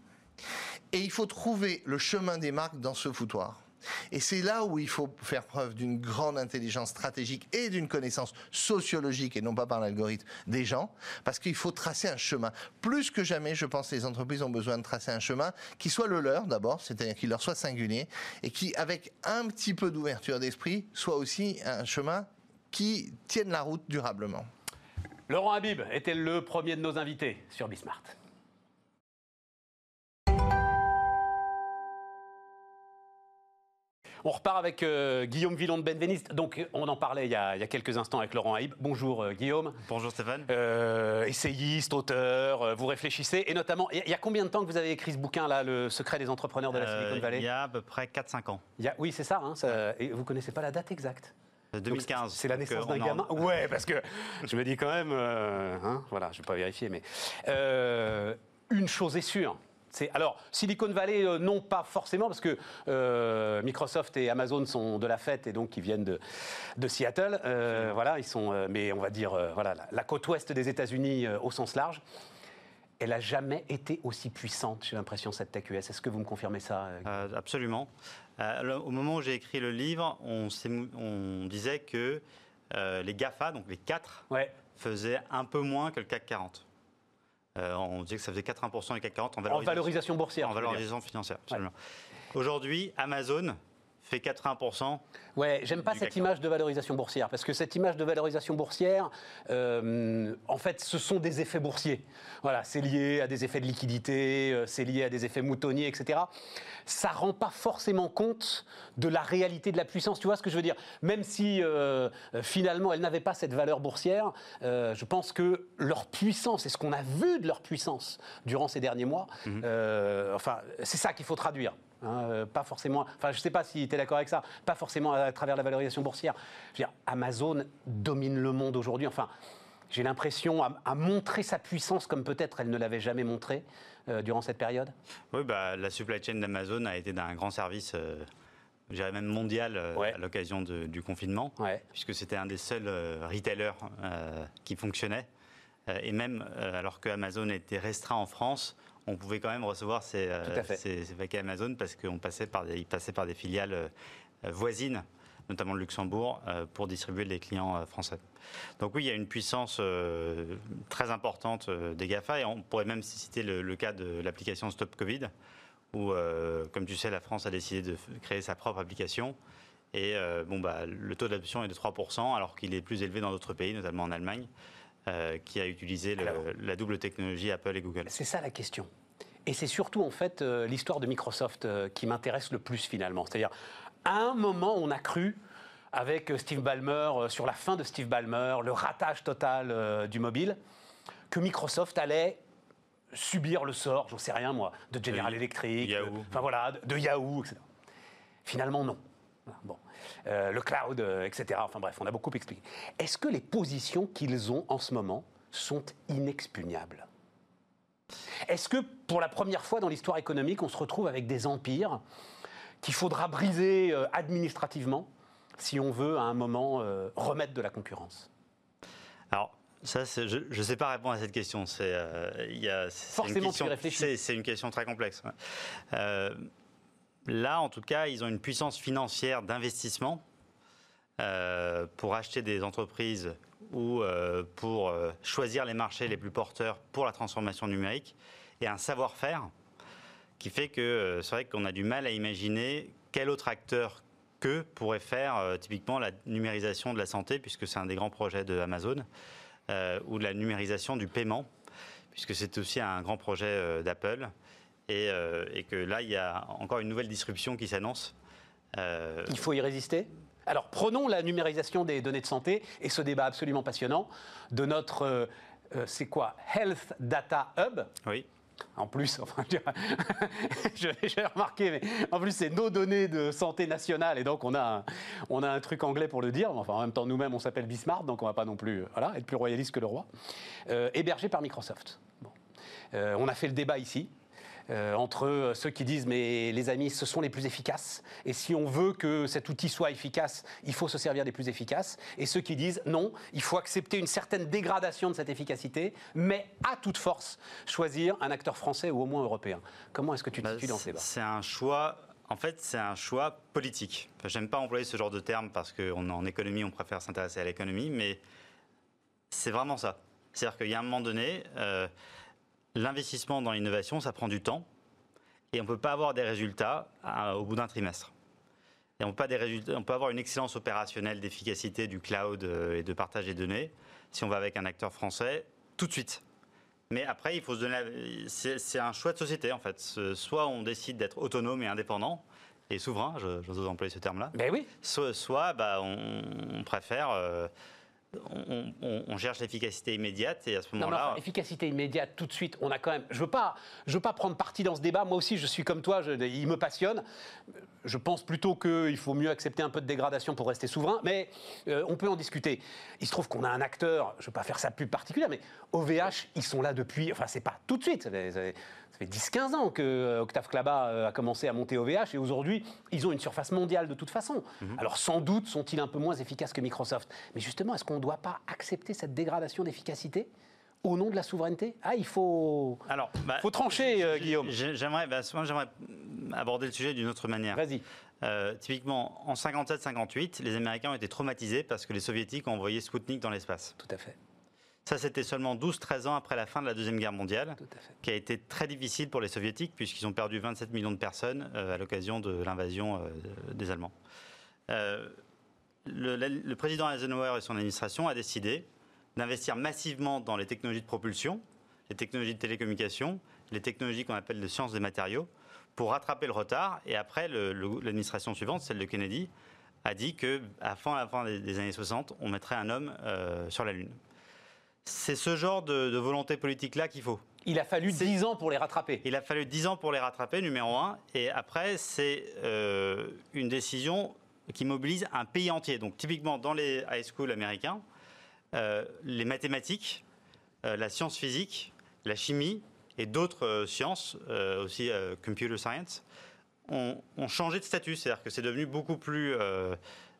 Et il faut trouver le chemin des marques dans ce foutoir. Et c'est là où il faut faire preuve d'une grande intelligence stratégique et d'une connaissance sociologique, et non pas par l'algorithme, des gens, parce qu'il faut tracer un chemin. Plus que jamais, je pense que les entreprises ont besoin de tracer un chemin qui soit le leur d'abord, c'est-à-dire qui leur soit singulier, et qui, avec un petit peu d'ouverture d'esprit, soit aussi un chemin qui tiennent la route durablement. Laurent Habib était le premier de nos invités sur Bismart. On repart avec euh, Guillaume Villon de Benveniste. Donc, on en parlait il y a, il y a quelques instants avec Laurent Habib. Bonjour euh, Guillaume. Bonjour Stéphane. Euh, essayiste, auteur, euh, vous réfléchissez. Et notamment, il y, a- il y a combien de temps que vous avez écrit ce bouquin-là, Le secret des entrepreneurs de la Silicon Euh, Valley? il y a à peu près quatre cinq ans. Il y a- Oui, c'est ça, hein, ça- Et vous ne connaissez pas la date exacte? deux mille quinze. C'est la Donc, naissance euh, d'un on en- gamin. Ouais, parce que je me dis quand même, euh, hein, voilà, je ne vais pas vérifier, mais euh, une chose est sûre. C'est, alors, Silicon Valley, euh, non pas forcément, parce que euh, Microsoft et Amazon sont de la fête et donc ils viennent de, de Seattle. Euh, voilà, ils sont, euh, mais on va dire, euh, voilà, la, la côte ouest des États-Unis euh, au sens large. Elle n'a jamais été aussi puissante, j'ai l'impression, cette Tech U S. Est-ce que vous me confirmez ça? euh, Euh, absolument. Euh, le- au moment où j'ai écrit le livre, on, s'est mou- on disait que euh, les GAFA, donc les quatre, Ouais. faisaient un peu moins que le C A C quarante. Euh, on disait que ça faisait quatre-vingts pour cent du C A C quarante en valorisation, en valorisation boursière. En valorisation financière, absolument. Ouais. Aujourd'hui, Amazon fait quatre-vingts pour cent. Ouais, j'aime pas cette image de valorisation boursière, parce que cette image de valorisation boursière, euh, en fait, ce sont des effets boursiers. Voilà, c'est lié à des effets de liquidité, euh, c'est lié à des effets moutonniers, et cetera. Ça rend pas forcément compte de la réalité de la puissance. Tu vois ce que je veux dire? Même si euh, finalement, elles n'avaient pas cette valeur boursière, euh, je pense que leur puissance, et ce qu'on a vu de leur puissance durant ces derniers mois, mmh. euh, enfin, c'est ça qu'il faut traduire. Hein, euh, pas forcément, enfin je ne sais pas si tu es d'accord avec ça, pas forcément à, à travers la valorisation boursière. Je veux dire, Amazon domine le monde aujourd'hui. Enfin, j'ai l'impression à, à montrer sa puissance comme peut-être elle ne l'avait jamais montré euh, durant cette période. Oui, bah, la supply chain d'Amazon a été d'un grand service, euh, je dirais même mondial, euh, ouais. à l'occasion de, du confinement, ouais. puisque c'était un des seuls euh, retailers euh, qui fonctionnait. Euh, et même euh, alors que Amazon était restreint en France, on pouvait quand même recevoir ces, euh, ces, ces paquets Amazon parce qu'on passait par des, passait par des filiales euh, voisines, notamment le Luxembourg, euh, pour distribuer les clients euh, français. Donc oui, il y a une puissance euh, très importante euh, des GAFA, et on pourrait même citer le, le cas de l'application Stop Covid, où, euh, comme tu sais, la France a décidé de créer sa propre application. Et euh, bon, bah, le taux d'adoption est de trois pour cent, alors qu'il est plus élevé dans d'autres pays, notamment en Allemagne. Euh, qui a utilisé le, Alors, la double technologie Apple et Google. C'est ça la question. Et c'est surtout en fait euh, l'histoire de Microsoft euh, qui m'intéresse le plus finalement. C'est-à-dire, à un moment, on a cru, avec Steve Ballmer, euh, sur la fin de Steve Ballmer, le ratage total euh, du mobile, que Microsoft allait subir le sort, j'en sais rien moi, de General Electric, Yahoo. De, enfin voilà, de, de Yahoo, et cetera. Finalement, non. Bon. Euh, le cloud, euh, et cetera. Enfin bref, on a beaucoup expliqué. Est-ce que les positions qu'ils ont en ce moment sont inexpugnables? Est-ce que pour la première fois dans l'histoire économique, on se retrouve avec des empires qu'il faudra briser euh, administrativement si on veut à un moment euh, remettre de la concurrence? Alors, ça, je ne sais pas répondre à cette question. C'est, euh, y a, c'est Forcément, une question, tu réfléchis. C'est, c'est une question très complexe. Ouais. Euh, Là, en tout cas, ils ont une puissance financière d'investissement euh, pour acheter des entreprises ou euh, pour euh, choisir les marchés les plus porteurs pour la transformation numérique, et un savoir-faire qui fait que euh, c'est vrai qu'on a du mal à imaginer quel autre acteur qu'eux pourrait faire euh, typiquement la numérisation de la santé, puisque c'est un des grands projets de Amazon, euh, ou de la numérisation du paiement, puisque c'est aussi un grand projet euh, d'Apple. Et, euh, et que là, il y a encore une nouvelle disruption qui s'annonce. Euh... Il faut y résister. Alors, prenons la numérisation des données de santé et ce débat absolument passionnant de notre, euh, euh, c'est quoi, Health Data Hub. Oui. En plus, enfin, je j'ai remarqué, mais en plus, c'est nos données de santé nationale, et donc on a, un, on a un truc anglais pour le dire. Enfin, en même temps, nous-mêmes, on s'appelle Bismarck, donc on ne va pas non plus voilà, être plus royaliste que le roi. Euh, hébergé par Microsoft. Bon. Euh, on a fait le débat ici. Euh, entre ceux qui disent mais les amis ce sont les plus efficaces et si on veut que cet outil soit efficace il faut se servir des plus efficaces, et ceux qui disent non, il faut accepter une certaine dégradation de cette efficacité mais à toute force choisir un acteur français ou au moins européen. Comment est-ce que tu te situes dans ce débat? C'est un choix, en fait c'est un choix politique. Enfin, j'aime pas employer ce genre de terme parce qu'en économie on préfère s'intéresser à l'économie, mais c'est vraiment ça. C'est-à-dire qu'il y a un moment donné euh, l'investissement dans l'innovation, ça prend du temps, et on ne peut pas avoir des résultats à, au bout d'un trimestre. Et on peut, pas des résultats, on peut avoir une excellence opérationnelle d'efficacité du cloud et de partage des données si on va avec un acteur français tout de suite. Mais après, il faut se donner. C'est, c'est un choix de société en fait. Soit on décide d'être autonome et indépendant et souverain, j'ose employer ce terme-là. Ben oui. Soit, soit bah, on, on préfère. Euh, On, on, on cherche l'efficacité immédiate, et à ce moment-là... Non, non, efficacité immédiate, tout de suite, on a quand même... Je ne veux pas, je veux pas prendre parti dans ce débat. Moi aussi, je suis comme toi, je, il me passionne. Je pense plutôt qu'il faut mieux accepter un peu de dégradation pour rester souverain, mais euh, on peut en discuter. Il se trouve qu'on a un acteur, je ne veux pas faire sa pub particulière, mais O V H, ils sont là depuis... Enfin, c'est pas tout de suite, ça fait, ça fait, ça fait dix quinze ans que Octave Klaba a commencé à monter O V H, et aujourd'hui, ils ont une surface mondiale de toute façon. Mm-hmm. Alors, sans doute, sont-ils un peu moins efficaces que Microsoft. Mais justement, est-ce qu'on ne doit pas accepter cette dégradation d'efficacité au nom de la souveraineté? Ah, il faut, Alors, bah, faut trancher, euh, Guillaume. J'aimerais, bah, j'aimerais aborder le sujet d'une autre manière. Vas-y. Euh, typiquement, en cinquante-sept cinquante-huit, les Américains ont été traumatisés parce que les Soviétiques ont envoyé Spoutnik dans l'espace. Tout à fait. Ça, c'était seulement douze treize ans après la fin de la Deuxième Guerre mondiale, qui a été très difficile pour les Soviétiques, puisqu'ils ont perdu vingt-sept millions de personnes euh, à l'occasion de l'invasion euh, des Allemands. Euh, le, le président Eisenhower et son administration a décidé d'investir massivement dans les technologies de propulsion, les technologies de télécommunication, les technologies qu'on appelle les sciences des matériaux, pour rattraper le retard. Et après, le, le, l'administration suivante, celle de Kennedy, a dit qu'à la fin des, des années soixante, on mettrait un homme euh, sur la Lune. C'est ce genre de, de volonté politique-là qu'il faut. Il a fallu dix ans pour les rattraper. Il a fallu dix ans pour les rattraper, numéro un. Et après, c'est euh, une décision qui mobilise un pays entier. Donc typiquement, dans les high schools américains, euh, les mathématiques, euh, la science physique, la chimie et d'autres euh, sciences, euh, aussi euh, computer science, ont, ont changé de statut. C'est-à-dire que c'est devenu beaucoup plus euh,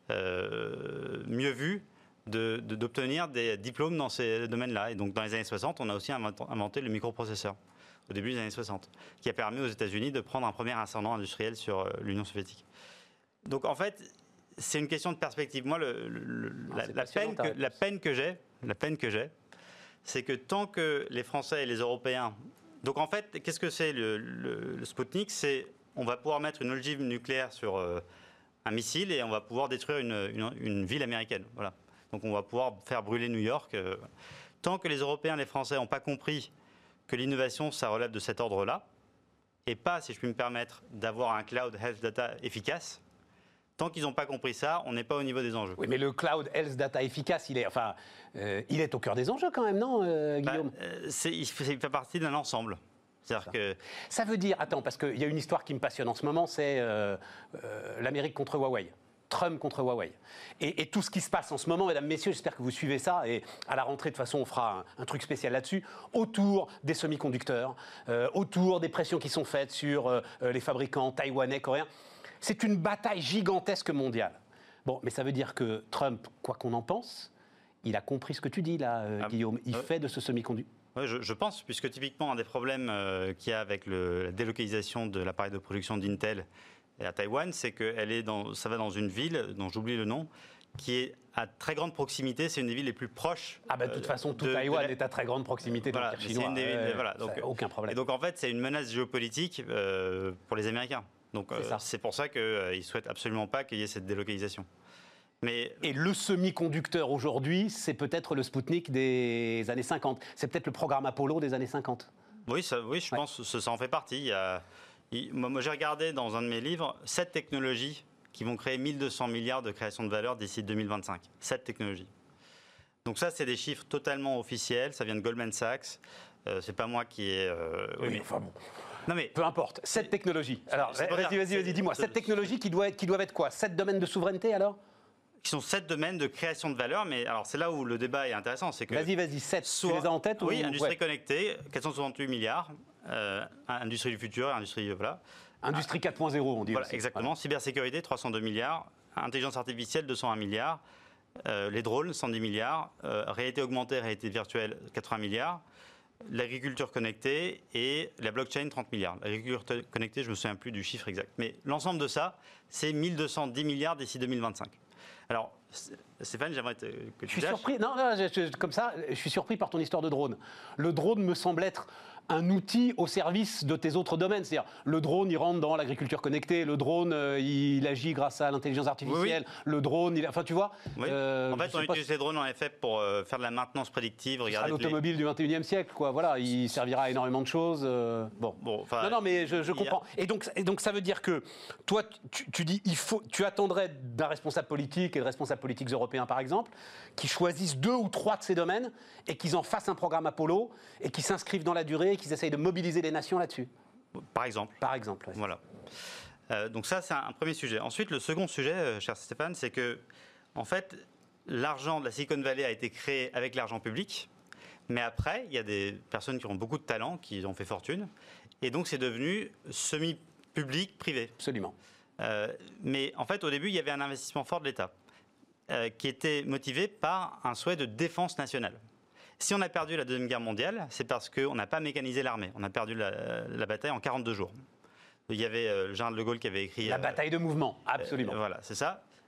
euh, mieux vu De, de, d'obtenir des diplômes dans ces domaines-là. Et donc, dans les années soixante, on a aussi inventé le microprocesseur, au début des années soixante, qui a permis aux États-Unis de prendre un premier ascendant industriel sur l'Union soviétique. Donc, en fait, c'est une question de perspective. Moi, le, le, non, la, la, peine que, la peine que j'ai, la peine que j'ai, c'est que tant que les Français et les Européens... Donc, en fait, qu'est-ce que c'est le, le, le Sputnik? C'est on va pouvoir mettre une ogive nucléaire sur euh, un missile et on va pouvoir détruire une, une, une ville américaine. Voilà. Donc on va pouvoir faire brûler New York. Tant que les Européens et les Français n'ont pas compris que l'innovation, ça relève de cet ordre-là, et pas, si je puis me permettre, d'avoir un cloud health data efficace, tant qu'ils n'ont pas compris ça, on n'est pas au niveau des enjeux. Oui, mais le cloud health data efficace, il est, enfin, euh, il est au cœur des enjeux quand même, non, euh, Guillaume? bah, euh, c'est, il fait partie d'un ensemble. C'est-à-dire ça. que... ça veut dire, attends, parce qu'il y a une histoire qui me passionne en ce moment, c'est euh, euh, l'Amérique contre Huawei. Trump contre Huawei. Et, et tout ce qui se passe en ce moment, mesdames, messieurs, j'espère que vous suivez ça, et à la rentrée, de toute façon, on fera un, un truc spécial là-dessus, autour des semi-conducteurs, euh, autour des pressions qui sont faites sur euh, les fabricants taïwanais, coréens. C'est une bataille gigantesque mondiale. Bon, mais ça veut dire que Trump, quoi qu'on en pense, il a compris ce que tu dis là, euh, ah, Guillaume. Il euh, fait de ce semi-conducteur. Oui, je, je pense, puisque typiquement, un des problèmes euh, qu'il y a avec le, la délocalisation de l'appareil de production d'Intel et à Taïwan, c'est que elle est dans, ça va dans une ville dont j'oublie le nom, qui est à très grande proximité. C'est une des villes les plus proches. Ah ben bah, de toute façon, tout de, Taïwan de la... est à très grande proximité de voilà, l'Empire chinois. Une des villes, euh, voilà, donc, aucun problème. Et donc en fait, c'est une menace géopolitique euh, pour les Américains. Donc c'est, euh, c'est pour ça qu'ils euh, ne souhaitent absolument pas qu'il y ait cette délocalisation. Mais... Et le semi-conducteur aujourd'hui, c'est peut-être le Sputnik des années cinquante. C'est peut-être le programme Apollo des années cinquante. Oui, ça, oui je ouais. pense que ça en fait partie. Il y a... Moi, j'ai regardé dans un de mes livres sept technologies qui vont créer mille deux cents milliards de création de valeur d'ici deux mille vingt-cinq. Sept technologies. Donc ça, c'est des chiffres totalement officiels. Ça vient de Goldman Sachs. Euh, c'est pas moi qui ai. Euh, oui, mais enfin bon. Non mais peu importe. Sept technologies. Alors, vas-y, vas-y, vas-y, vas-y, dis-moi. Sept technologies qui doivent être, qui doivent être quoi? Sept domaines de souveraineté alors? Qui sont sept domaines de création de valeur, mais alors c'est là où le débat est intéressant, c'est que... Vas-y, vas-y, sept, soit, tu les as en tête? Oui, ou... industrie ouais. connectée, quatre cent soixante-huit milliards, euh, industrie du futur, industrie, voilà. Industrie quatre point zéro, on dit voilà, aussi. Exactement, voilà. Cybersécurité, trois cent deux milliards, intelligence artificielle, deux cent un milliards, euh, les drones, cent dix milliards, euh, réalité augmentée, réalité virtuelle, quatre-vingts milliards, l'agriculture connectée et la blockchain, trente milliards. L'agriculture connectée, je ne me souviens plus du chiffre exact, mais l'ensemble de ça, c'est mille deux cent dix milliards d'ici deux mille vingt-cinq. Alors, Stéphane, j'aimerais te, que tu Je suis lâches. surpris. Non, non je, je, comme ça, je suis surpris par ton histoire de drone. Le drone me semble être un outil au service de tes autres domaines. C'est-à-dire, le drone, il rentre dans l'agriculture connectée. Le drone, euh, il agit grâce à l'intelligence artificielle. Oui, oui. Le drone, il, enfin, tu vois. Oui. Euh, en fait, on utilise les drones en effet pour euh, faire de la maintenance prédictive. Ce sera l'automobile les... du vingt et unième siècle, quoi. Voilà, il servira à énormément de choses. Euh, bon, bon. Non, non, mais je, je comprends. A... Et donc, et donc, ça veut dire que toi, tu, tu dis, il faut, tu attendrais d'un responsable politique et de responsables politiques européens, par exemple, qui choisissent deux ou trois de ces domaines et qu'ils en fassent un programme Apollo et qui s'inscrivent dans la durée et qu'ils essayent de mobiliser les nations là-dessus. Par exemple. Par exemple. Ouais. Voilà. Euh, donc ça, c'est un, un premier sujet. Ensuite, le second sujet, euh, cher Stéphane, c'est que, en fait, l'argent de la Silicon Valley a été créé avec l'argent public, mais après, il y a des personnes qui ont beaucoup de talent, qui ont fait fortune, et donc c'est devenu semi-public, privé. Absolument. Euh, mais en fait, au début, il y avait un investissement fort de l'État. Euh, qui était motivé par un souhait de défense nationale. Si on a perdu la Deuxième Guerre mondiale, c'est parce qu'on n'a pas mécanisé l'armée. On a perdu la, la bataille en quarante-deux jours. Il y avait euh, le général de Gaulle qui avait écrit... La euh, bataille de mouvement, absolument. Euh, voilà, c'est ça.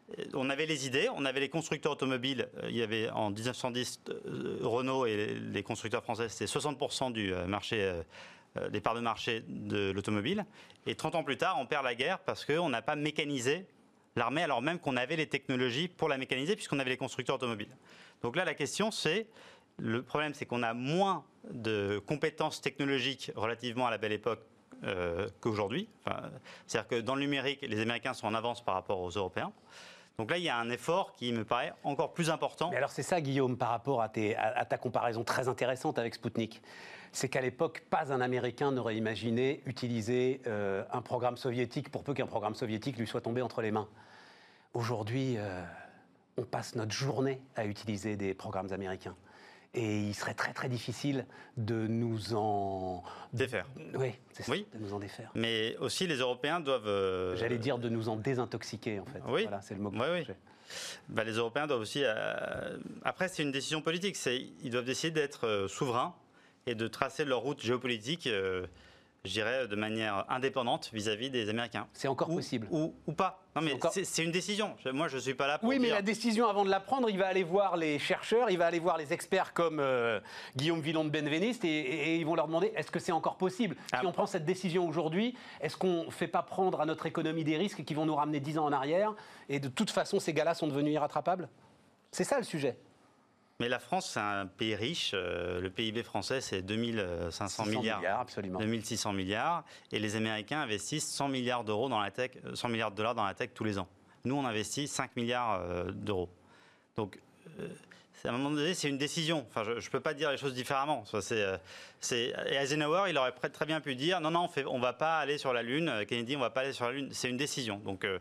on avait les idées, on avait les constructeurs automobiles. Il y avait en dix-neuf cent dix, euh, Renault et les constructeurs français, c'était soixante pour cent du marché, euh, des parts de marché de l'automobile. Et trente ans plus tard, on perd la guerre parce qu'on n'a pas mécanisé l'armée, alors même qu'on avait les technologies pour la mécaniser, puisqu'on avait les constructeurs automobiles. Donc là, la question, c'est, le problème, c'est qu'on a moins de compétences technologiques relativement à la belle époque euh, qu'aujourd'hui. Enfin, c'est-à-dire que dans le numérique, les Américains sont en avance par rapport aux Européens. Donc là, il y a un effort qui me paraît encore plus important. Mais alors c'est ça, Guillaume, par rapport à, tes, à, à ta comparaison très intéressante avec Spoutnik. C'est qu'à l'époque, pas un Américain n'aurait imaginé utiliser euh, un programme soviétique pour peu qu'un programme soviétique lui soit tombé entre les mains. Aujourd'hui, euh, on passe notre journée à utiliser des programmes américains. Et il serait très très difficile de nous en défaire. Oui, c'est ça, oui. de nous en défaire. Mais aussi les Européens doivent. Euh... J'allais dire de nous en désintoxiquer en fait. Oui. Voilà, c'est le mot que oui, j'ai. Oui. Bah, les Européens doivent aussi. Euh... Après, c'est une décision politique. C'est... Ils doivent décider d'être euh, souverains et de tracer leur route géopolitique. Euh... je dirais, de manière indépendante vis-à-vis des Américains. C'est encore ou, possible. Ou, ou pas. Non, mais c'est, encore... c'est, c'est une décision. Moi, je ne suis pas là pour Oui, dire... mais la décision, avant de la prendre, il va aller voir les chercheurs, il va aller voir les experts comme euh, Guillaume Villon de Benveniste et, et, et ils vont leur demander, est-ce que c'est encore possible ? ah. Si on prend cette décision aujourd'hui, est-ce qu'on ne fait pas prendre à notre économie des risques qui vont nous ramener dix ans en arrière ? Et de toute façon, ces gars-là sont devenus irrattrapables ? C'est ça le sujet. Mais la France, c'est un pays riche. Euh, le P I B français, c'est deux mille cinq cents milliards. milliards, absolument. deux mille six cents milliards. Et les Américains investissent cent milliards d'euros dans la tech, cent milliards de dollars dans la tech tous les ans. Nous, on investit cinq milliards euh, d'euros. Donc, euh, à un moment donné, c'est une décision. Enfin, je ne peux pas dire les choses différemment. Ça, c'est, euh, c'est, et Eisenhower, il aurait très bien pu dire non, non, on ne va pas aller sur la Lune. Kennedy, on ne va pas aller sur la Lune. C'est une décision. Donc, euh,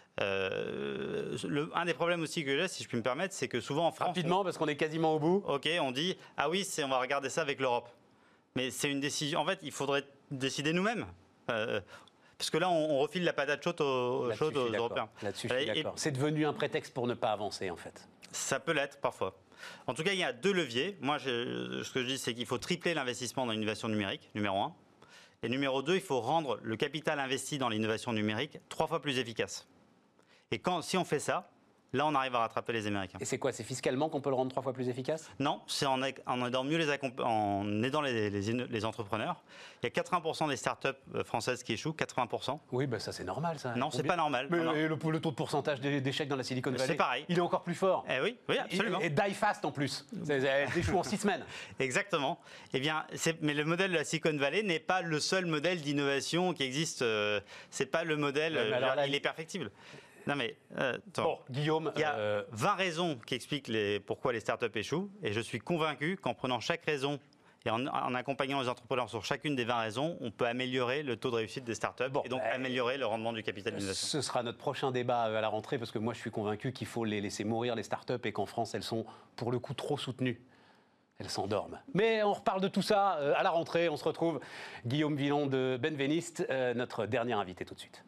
Euh, le, un des problèmes aussi que j'ai, si je puis me permettre, c'est que souvent en France... Rapidement, on, parce qu'on est quasiment au bout. Ok, on dit, ah oui, c'est, on va regarder ça avec l'Europe. Mais c'est une décision... En fait, il faudrait décider nous-mêmes. Euh, parce que là, on, on refile la patate chaude aux, chaude aux Européens. Là-dessus, je suis d'accord. Et, c'est devenu un prétexte pour ne pas avancer, en fait. Ça peut l'être, parfois. En tout cas, il y a deux leviers. Moi, je, ce que je dis, c'est qu'il faut tripler l'investissement dans l'innovation numérique, numéro un. Et numéro deux, il faut rendre le capital investi dans l'innovation numérique trois fois plus efficace. Et quand, si on fait ça, là, on arrive à rattraper les Américains. Et c'est quoi ? C'est fiscalement qu'on peut le rendre trois fois plus efficace ? Non, c'est en, en aidant mieux les, en aidant les, les, les entrepreneurs. Il y a quatre-vingts pour cent des startups françaises qui échouent, quatre-vingts pour cent. Oui, ben ça c'est normal, ça. Non, c'est pas normal. Mais non, non. Et le, le taux de pourcentage d'échecs dans la Silicon Valley, c'est pareil. Il est encore plus fort. Eh oui, oui, absolument. Et, et die fast en plus. Elles échouent en six semaines. Exactement. Eh bien, c'est, mais le modèle de la Silicon Valley n'est pas le seul modèle d'innovation qui existe. Euh, c'est pas le modèle. Ouais, alors, là, il est perfectible. Non mais, euh, attends. Bon, Guillaume, il y a euh... vingt raisons qui expliquent les, pourquoi les startups échouent, et je suis convaincu qu'en prenant chaque raison et en, en accompagnant les entrepreneurs sur chacune des vingt raisons, on peut améliorer le taux de réussite des startups bon, et donc euh, améliorer le rendement du capital d'innovation. Ce sera notre prochain débat à la rentrée, parce que moi je suis convaincu qu'il faut les laisser mourir les startups et qu'en France elles sont pour le coup trop soutenues. Elles s'endorment. Mais on reparle de tout ça euh, à la rentrée. On se retrouve. Guillaume Villon de Benveniste, euh, notre dernier invité tout de suite.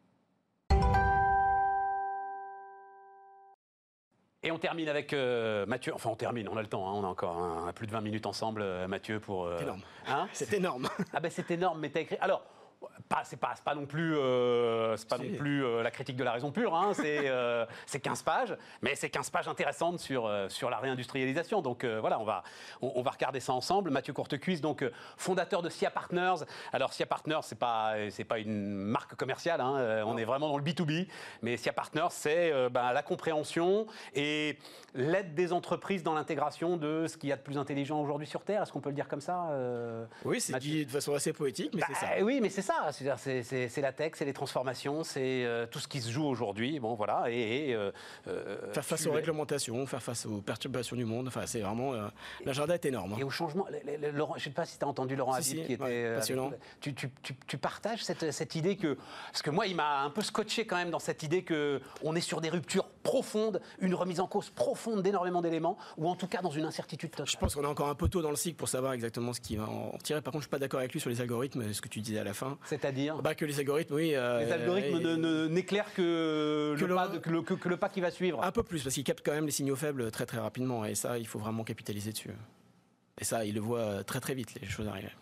Et on termine avec euh, Mathieu. Enfin, on termine, on a le temps. Hein, on a encore hein, plus de vingt minutes ensemble, euh, Mathieu, pour. Euh, c'est énorme. Hein c'est énorme. Ah ben c'est énorme, mais t'as écrit. Alors. Pas, c'est, pas, c'est pas non plus, euh, c'est pas non plus euh, la critique de la raison pure, hein, c'est, euh, c'est quinze pages, mais c'est quinze pages intéressantes sur, euh, sur la réindustrialisation. Donc euh, voilà, on va, on, on va regarder ça ensemble. Mathieu Courtecuisse, donc euh, fondateur de S I A Partners. Alors S I A Partners, c'est pas, c'est pas une marque commerciale, hein, euh, on est vraiment dans le B deux B, mais S I A Partners, c'est euh, ben, la compréhension et l'aide des entreprises dans l'intégration de ce qu'il y a de plus intelligent aujourd'hui sur Terre. Est-ce qu'on peut le dire comme ça euh, Oui, c'est Mathieu. Dit de façon assez poétique, mais bah, c'est ça. Oui, mais c'est ça. C'est-à-dire, c'est, c'est, c'est la tech, c'est les transformations, c'est euh, tout ce qui se joue aujourd'hui. Bon, voilà. Et, et euh, faire face aux réglementations, faire face aux perturbations du monde. Enfin, c'est vraiment euh, l'agenda est énorme. Hein. Et au changement. Le, le, Laurent, je ne sais pas si tu as entendu Laurent si, Habib si, qui était ouais, passionnant. Euh, tu, tu, tu, tu partages cette, cette idée que parce que moi, il m'a un peu scotché quand même dans cette idée que on est sur des ruptures profondes, une remise en cause profonde d'énormément d'éléments, ou en tout cas dans une incertitude totale. Je pense qu'on est encore un peu tôt dans le cycle pour savoir exactement ce qui va en tirer. Par contre, je suis pas d'accord avec lui sur les algorithmes, ce que tu disais à la fin. C'est-à-dire bah, que les algorithmes, oui. Euh, les algorithmes euh, ne, ne, n'éclairent que, que, le le, pas de, que, le, que, que le pas qui va suivre. Un peu plus, parce qu'ils captent quand même les signaux faibles très très rapidement, et ça, il faut vraiment capitaliser dessus. Et ça, il le voit très très vite, les choses arriver.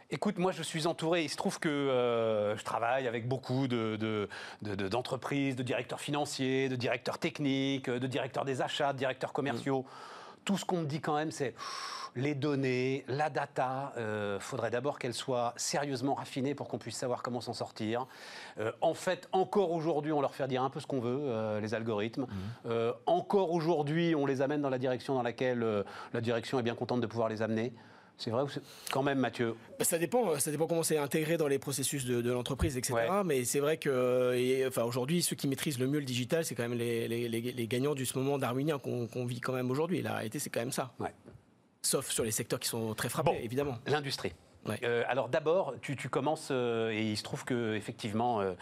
Écoute, moi je suis entouré, il se trouve que euh, je travaille avec beaucoup de, de, de, de, d'entreprises, de directeurs financiers, de directeurs techniques, de directeurs des achats, de directeurs commerciaux. Mmh. Tout ce qu'on me dit quand même, c'est les données, la data, il euh, faudrait d'abord qu'elle soit sérieusement raffinée pour qu'on puisse savoir comment s'en sortir. Euh, en fait, encore aujourd'hui, on leur fait dire un peu ce qu'on veut, euh, les algorithmes. Mmh. Euh, encore aujourd'hui, on les amène dans la direction dans laquelle euh, la direction est bien contente de pouvoir les amener. C'est vrai ou c'est... Quand même, Mathieu bah, ça dépend, ça dépend comment c'est intégré dans les processus de, de l'entreprise, et cetera. Ouais. Mais c'est vrai que, et, enfin, aujourd'hui, ceux qui maîtrisent le mieux le digital, c'est quand même les, les, les, les gagnants du ce moment darwinien qu'on, qu'on vit quand même aujourd'hui. La réalité, c'est quand même ça. Ouais. Sauf sur les secteurs qui sont très frappés, bon, évidemment. L'industrie. Ouais. Euh, alors d'abord, tu, tu commences, euh, et il se trouve qu'effectivement, euh,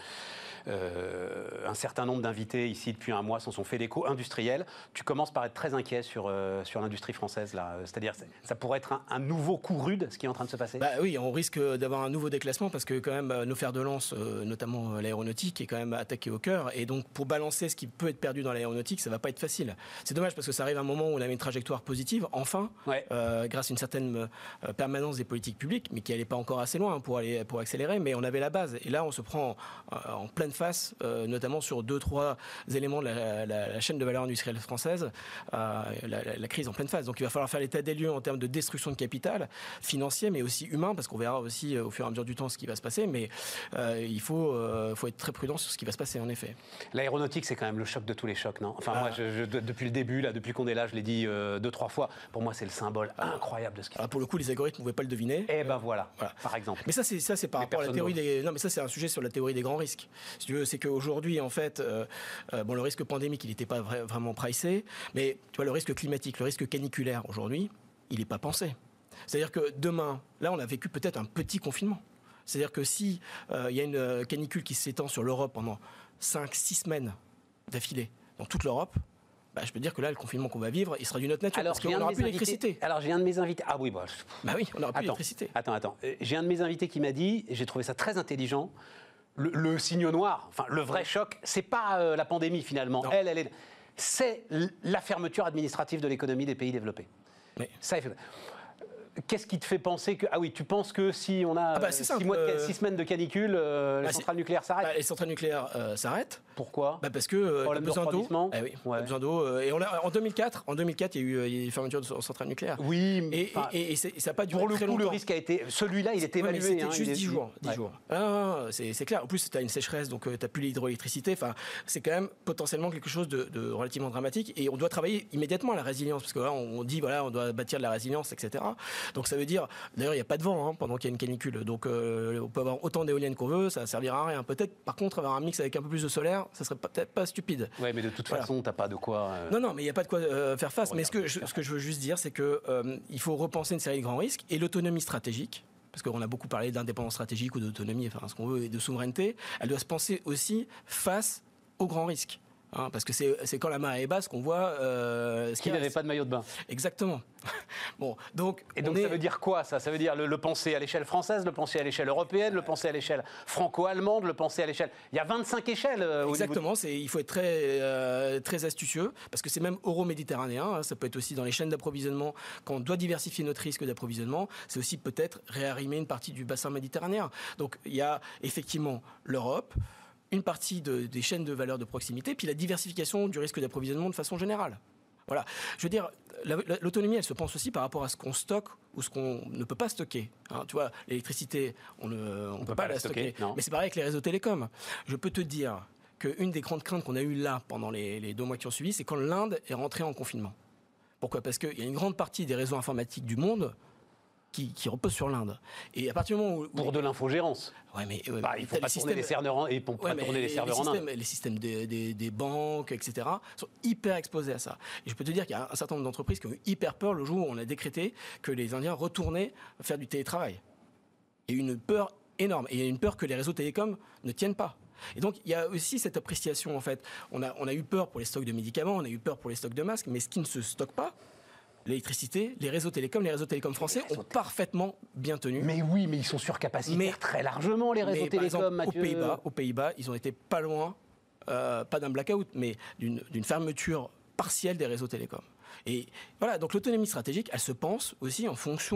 euh, un certain nombre d'invités ici depuis un mois s'en sont fait l'écho industriel. Tu commences par être très inquiet sur, euh, sur l'industrie française, là. C'est-à-dire ça pourrait être un, un nouveau coup rude, ce qui est en train de se passer. Bah oui, on risque d'avoir un nouveau déclassement parce que quand même nos fers de lance, euh, notamment l'aéronautique, est quand même attaqué au cœur. Et donc pour balancer ce qui peut être perdu dans l'aéronautique, ça va pas être facile. C'est dommage parce que ça arrive à un moment où on avait une trajectoire positive, enfin, ouais. euh, grâce à une certaine euh, permanence des politiques publiques, mais qui n'allait pas encore assez loin pour, aller, pour accélérer, mais on avait la base. Et là, on se prend euh, en pleine face, euh, notamment sur deux, trois éléments de la, la, la chaîne de valeur industrielle française, euh, la, la, la crise en pleine phase. Donc il va falloir faire l'état des lieux en termes de destruction de capital, financier, mais aussi humain, parce qu'on verra aussi euh, au fur et à mesure du temps ce qui va se passer, mais euh, il faut, euh, faut être très prudent sur ce qui va se passer, en effet. L'aéronautique, c'est quand même le choc de tous les chocs, non? Enfin, ah. moi, je, je, depuis le début, là, depuis qu'on est là, je l'ai dit euh, deux, trois fois, pour moi, c'est le symbole ah. incroyable de ce qui se passe. Pour le coup, les algorithmes ne pouvaient pas le deviner. Eh ben voilà, voilà, par exemple. Mais ça, c'est, ça, c'est par rapport à la théorie des... Non, mais ça, c'est un sujet sur la théorie des grands risques. Si tu veux, c'est qu'aujourd'hui, en fait, euh, euh, bon, le risque pandémique, il n'était pas vra- vraiment pricé, mais tu vois, le risque climatique, le risque caniculaire, aujourd'hui, il n'est pas pensé. C'est-à-dire que demain, là, on a vécu peut-être un petit confinement. C'est-à-dire que si euh, il y a une canicule qui s'étend sur l'Europe pendant cinq six semaines d'affilée, dans toute l'Europe, bah, je peux dire que là, le confinement qu'on va vivre, il sera d'une autre nature. Alors, parce qu'on n'aura plus d'électricité. Alors, j'ai un de mes invités. Ah oui, bah, bah oui, on n'aura plus d'électricité. Attends, attends. Euh, j'ai un de mes invités qui m'a dit, et j'ai trouvé ça très intelligent, le, le signe noir, enfin, le vrai choc, c'est pas euh, la pandémie finalement. Non. Elle, elle est. C'est la fermeture administrative de l'économie des pays développés. Mais ça, qu'est-ce qui te fait penser que... Ah oui, tu penses que si on a ah bah, six, mois de, six semaines de canicule, euh, bah, les centrales nucléaires s'arrêtent? bah, Les centrales nucléaires euh, s'arrêtent. Pourquoi? bah Parce que euh, a besoin d'eau. Eh oui, ouais. besoin d'eau. Euh, et on a, en deux mille quatre, en deux mille quatre, il y a eu, il y a eu des fermetures de centrales nucléaires. Oui, et, et, et, et, et ça n'a pas duré pour le très coup, longtemps. le risque a été... Celui-là, il était évalué. C'était hein, juste dix jours. dix ouais. jours. Ah, c'est, c'est clair. En plus, tu as une sécheresse, donc euh, tu n'as plus l'hydroélectricité. Enfin, c'est quand même potentiellement quelque chose de, de relativement dramatique. Et on doit travailler immédiatement à la résilience. Parce que là, on dit, voilà, on doit bâtir de la résilience, et cetera. Donc ça veut dire... D'ailleurs, il n'y a pas de vent hein, pendant qu'il y a une canicule. Donc euh, on peut avoir autant d'éoliennes qu'on veut, ça ne servira à rien. Peut-être, par contre, avoir un mix avec un peu plus de solaire, ça serait peut-être pas stupide. Oui, mais de toute voilà. façon, tu n'as pas de quoi... Euh... Non, non, mais il n'y a pas de quoi euh, faire face. Mais ce que, je, ce que je veux juste dire, c'est qu'il euh, faut repenser une série de grands risques et l'autonomie stratégique, parce qu'on a beaucoup parlé d'indépendance stratégique ou d'autonomie, enfin ce qu'on veut, et de souveraineté, elle doit se penser aussi face aux grands risques. Hein, parce que c'est, c'est quand la marée est basse qu'on voit euh, ce qu'il n'avait pas de maillot de bain. Exactement. Bon, donc, et donc est... ça veut dire quoi ça Ça veut dire le, le penser à l'échelle française, le penser à l'échelle européenne, le penser à l'échelle franco-allemande, le penser à l'échelle... Il y a vingt-cinq échelles euh, Exactement, au niveau... c'est, il faut être très, euh, très astucieux, parce que c'est même euro-méditerranéen, hein, ça peut être aussi dans les chaînes d'approvisionnement, quand on doit diversifier notre risque d'approvisionnement, c'est aussi peut-être réarrimer une partie du bassin méditerranéen. Donc il y a effectivement l'Europe, une partie de, des chaînes de valeur de proximité, puis la diversification du risque d'approvisionnement de façon générale. Voilà. Je veux dire, la, la, l'autonomie, elle se pense aussi par rapport à ce qu'on stocke ou ce qu'on ne peut pas stocker. Hein, tu vois, l'électricité, on ne on on peut pas, pas la stocker. stocker mais c'est pareil avec les réseaux télécoms. Je peux te dire qu'une des grandes craintes qu'on a eues là, pendant les, les deux mois qui ont suivi, c'est quand l'Inde est rentrée en confinement. Pourquoi ? Parce qu'il y a une grande partie des réseaux informatiques du monde Qui, qui repose sur l'Inde. Et à partir du moment où... Pour de l'infogérance. Ouais, mais... Ouais, bah, il ne faut pas tourner les serveurs en, et pour ouais, pas tourner les serveurs les en Inde. Les systèmes des, des, des banques, et cetera, sont hyper exposés à ça. Et je peux te dire qu'il y a un certain nombre d'entreprises qui ont eu hyper peur le jour où on a décrété que les Indiens retournaient faire du télétravail. Il y a eu une peur énorme. Et il y a une peur que les réseaux télécoms ne tiennent pas. Et donc, il y a aussi cette appréciation, en fait. On a, on a eu peur pour les stocks de médicaments, on a eu peur pour les stocks de masques, mais ce qui ne se stocke pas, l'électricité, les réseaux télécoms, les réseaux télécoms français ont parfaitement bien tenu. Mais oui, mais ils sont surcapacités mais, très largement, les réseaux télécoms, exemple, Mathieu. Aux Pays-Bas, aux Pays-Bas, ils ont été pas loin, euh, pas d'un blackout, mais d'une, d'une fermeture partielle des réseaux télécoms. Et voilà, donc l'autonomie stratégique, elle se pense aussi en fonction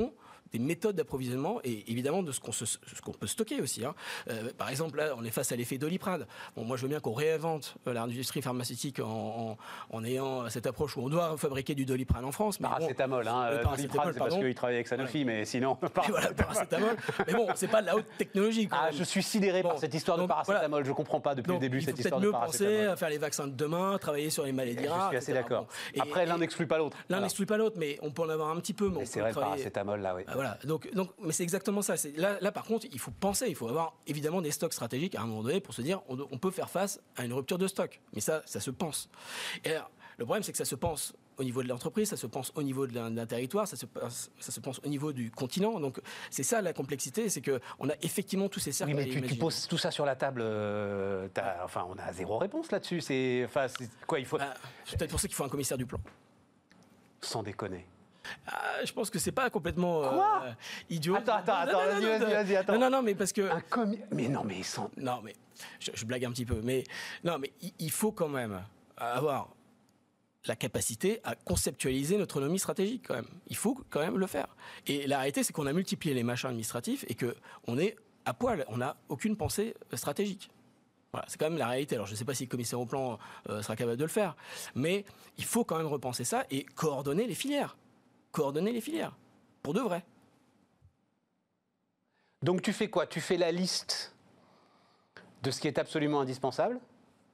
des méthodes d'approvisionnement et évidemment de ce qu'on, se, ce qu'on peut stocker aussi. Hein. Euh, par exemple, là, on est face à l'effet Doliprane. Bon, moi, je veux bien qu'on réinvente l'industrie pharmaceutique en, en, en ayant cette approche où on doit fabriquer du Doliprane en France. Mais paracétamol, bon, hein. Le Doliprane, c'est parce qu'il travaille avec Sanofi, ouais. mais sinon... Voilà, paracétamol. Mais bon, c'est pas de la haute technologie. Quand ah, même. je suis sidéré bon, par cette histoire donc, de paracétamol. Voilà. Je comprends pas depuis donc, le début cette histoire de paracétamol. Il faut peut-être mieux penser à faire les vaccins de demain, travailler sur les maladies rares. Je suis assez d'accord. Bon. Après, l'un n'exclut pas l'autre. L'un n'exclut pas l'autre, mais on peut en avoir un petit peu. Mais c'est vrai, le paracétamol, là, oui. Voilà. Donc, donc, mais c'est exactement ça. C'est, là, là, par contre, il faut penser, il faut avoir évidemment des stocks stratégiques à un moment donné pour se dire on, on peut faire face à une rupture de stock. Mais ça, ça se pense. Et alors, le problème, c'est que ça se pense au niveau de l'entreprise, ça se pense au niveau d'un, d'un territoire, ça se, pense, ça se pense au niveau du continent. Donc, c'est ça la complexité, c'est qu'on a effectivement tous ces cercles. Oui, mais tu, tu poses tout ça sur la table, euh, enfin, on a zéro réponse là-dessus. C'est, enfin, c'est quoi, il faut... Bah, c'est peut-être pour ça qu'il faut un commissaire du plan. Sans déconner. Ah, je pense que c'est pas complètement Quoi euh, idiot. Attends, attends, attends, vas-y, vas-y, vas-y, attends. Non, non, non, mais parce que... Un commis... Mais non, mais ils sont... Non, mais je, je blague un petit peu, mais non, mais il, il faut quand même avoir la capacité à conceptualiser notre autonomie stratégique quand même. Il faut quand même le faire. Et la réalité, c'est qu'on a multiplié les machins administratifs et qu'on est à poil, on n'a aucune pensée stratégique. Voilà, c'est quand même la réalité. Alors, je ne sais pas si le commissaire au plan euh, sera capable de le faire, mais il faut quand même repenser ça et coordonner les filières. Coordonner les filières, pour de vrai. Donc, tu fais quoi ? Tu fais la liste de ce qui est absolument indispensable, d'accord ?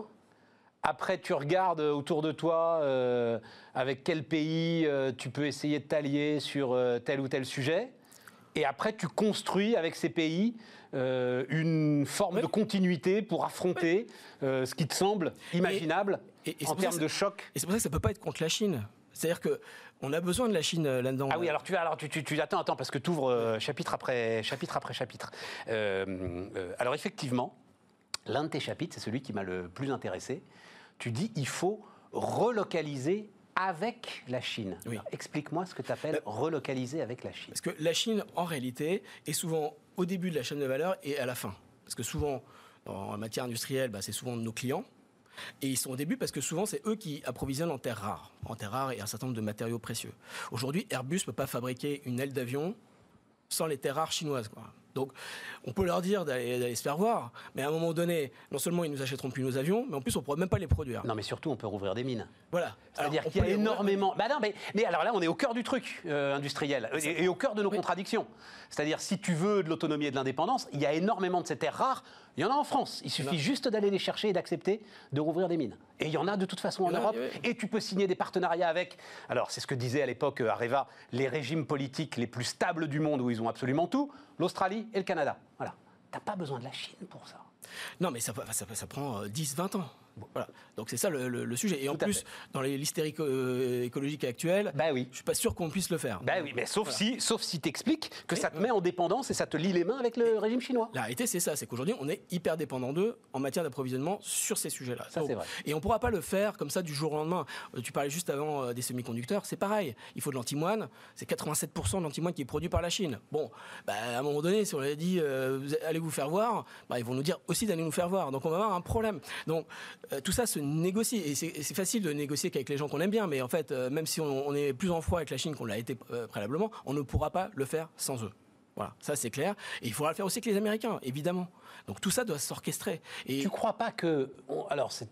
Après, tu regardes autour de toi euh, avec quel pays euh, tu peux essayer de t'allier sur euh, tel ou tel sujet. Et après, tu construis avec ces pays euh, une forme oui. de continuité pour affronter oui. euh, ce qui te semble imaginable et, et, et en termes de choc. Et c'est pour ça que ça ne peut pas être contre la Chine. C'est-à-dire qu'on a besoin de la Chine là-dedans. Ah oui, alors tu alors tu, tu, tu attends, attends, parce que tu ouvres euh, chapitre après chapitre après chapitre. Euh, euh, alors effectivement, l'un de tes chapitres, c'est celui qui m'a le plus intéressé. Tu dis il faut relocaliser avec la Chine. Oui. Alors, explique-moi ce que tu appelles euh, relocaliser avec la Chine. Parce que la Chine, en réalité, est souvent au début de la chaîne de valeur et à la fin. Parce que souvent, en matière industrielle, bah, c'est souvent nos clients. Et ils sont au début parce que souvent, c'est eux qui approvisionnent en terres rares. En terres rares et un certain nombre de matériaux précieux. Aujourd'hui, Airbus ne peut pas fabriquer une aile d'avion sans les terres rares chinoises, quoi. Donc, on peut leur dire d'aller, d'aller se faire voir, mais à un moment donné, non seulement ils nous achèteront plus nos avions, mais en plus on ne pourra même pas les produire. Non, mais surtout, on peut rouvrir des mines. Voilà. C'est-à-dire alors, qu'il y a énormément... Rouvrir... Bah non, mais, mais alors là, on est au cœur du truc euh, industriel et, et au cœur de nos oui. contradictions. C'est-à-dire, si tu veux de l'autonomie et de l'indépendance, il y a énormément de ces terres rares. Il y en a en France. Il suffit juste d'aller les chercher et d'accepter de rouvrir des mines. Et il y en a de toute façon en là, Europe. Oui. Et tu peux signer des partenariats avec... Alors, c'est ce que disait à l'époque Areva, les régimes politiques les plus stables du monde où ils ont absolument tout, l'Australie et le Canada. Voilà. T'as pas besoin de la Chine pour ça. Non, mais ça, ça, ça prend dix vingt ans. Voilà. Donc c'est ça le, le, le sujet. Et en plus, dans les l'hystérie écologique actuelle, bah oui. je suis pas sûr qu'on puisse le faire. Bah oui, mais sauf voilà. si, sauf si t'expliques que oui, ça te met en dépendance et ça te lie les mains avec le régime chinois. La réalité, c'est ça, c'est qu'aujourd'hui, on est hyper dépendant d'eux en matière d'approvisionnement sur ces sujets-là. Ça, Donc, c'est vrai. Et on pourra pas le faire comme ça du jour au lendemain. Tu parlais juste avant euh, des semi-conducteurs, c'est pareil. Il faut de l'antimoine. C'est quatre-vingt-sept pour cent de l'antimoine qui est produit par la Chine. Bon, bah, à un moment donné, si on leur dit euh, allez vous faire voir, bah, ils vont nous dire aussi d'aller nous faire voir. Donc on va avoir un problème. Donc euh, tout ça se négocie. Et c'est, c'est facile de négocier qu'avec les gens qu'on aime bien, mais en fait, euh, même si on, on est plus en froid avec la Chine qu'on l'a été euh, préalablement, on ne pourra pas le faire sans eux. Voilà, ça c'est clair. Et il faudra le faire aussi avec les Américains, évidemment. Donc tout ça doit s'orchestrer. Et... Tu ne crois pas que... On, alors, c'est...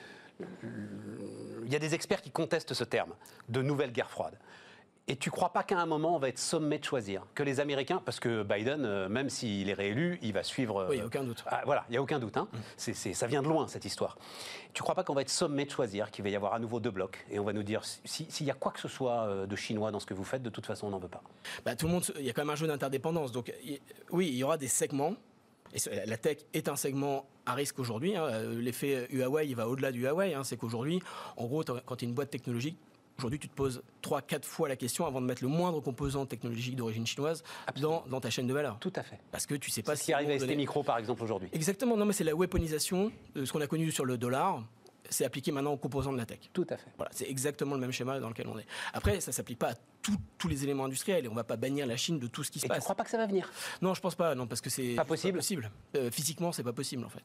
il y a des experts qui contestent ce terme de nouvelle guerre froide. Et tu ne crois pas qu'à un moment, on va être sommé de choisir que les Américains, parce que Biden, euh, même s'il est réélu, il va suivre... Euh, oui, il n'y a aucun doute. Ah, voilà, il n'y a aucun doute. Hein. Mmh. C'est, c'est, ça vient de loin, cette histoire. Tu ne crois pas qu'on va être sommé de choisir, qu'il va y avoir à nouveau deux blocs, et on va nous dire, s'il si y a quoi que ce soit de chinois dans ce que vous faites, de toute façon, on n'en veut pas. Bah, tout le monde, il y a quand même un jeu d'interdépendance. Donc, y, oui, il y aura des segments. Et la tech est un segment à risque aujourd'hui. Hein. L'effet Huawei, il va au-delà du Huawei. Hein. C'est qu'aujourd'hui, en gros, quand tu es une boîte technologique, aujourd'hui, tu te poses trois quatre fois la question avant de mettre le moindre composant technologique d'origine chinoise dans, dans ta chaîne de valeur. Tout à fait. Parce que tu sais pas c'est si... ce qui arrive à S T Micro, par exemple, aujourd'hui. Exactement. Non, mais c'est la weaponisation de ce qu'on a connu sur le dollar. C'est appliqué maintenant aux composants de la tech. Tout à fait. Voilà, c'est exactement le même schéma dans lequel on est. Après, ça ne s'applique pas à tout, tous les éléments industriels et on ne va pas bannir la Chine de tout ce qui se et passe. Et tu ne crois pas que ça va venir ? Non, je ne pense pas. Non, parce que c'est pas possible. Pas possible. Euh, physiquement, c'est pas possible en fait.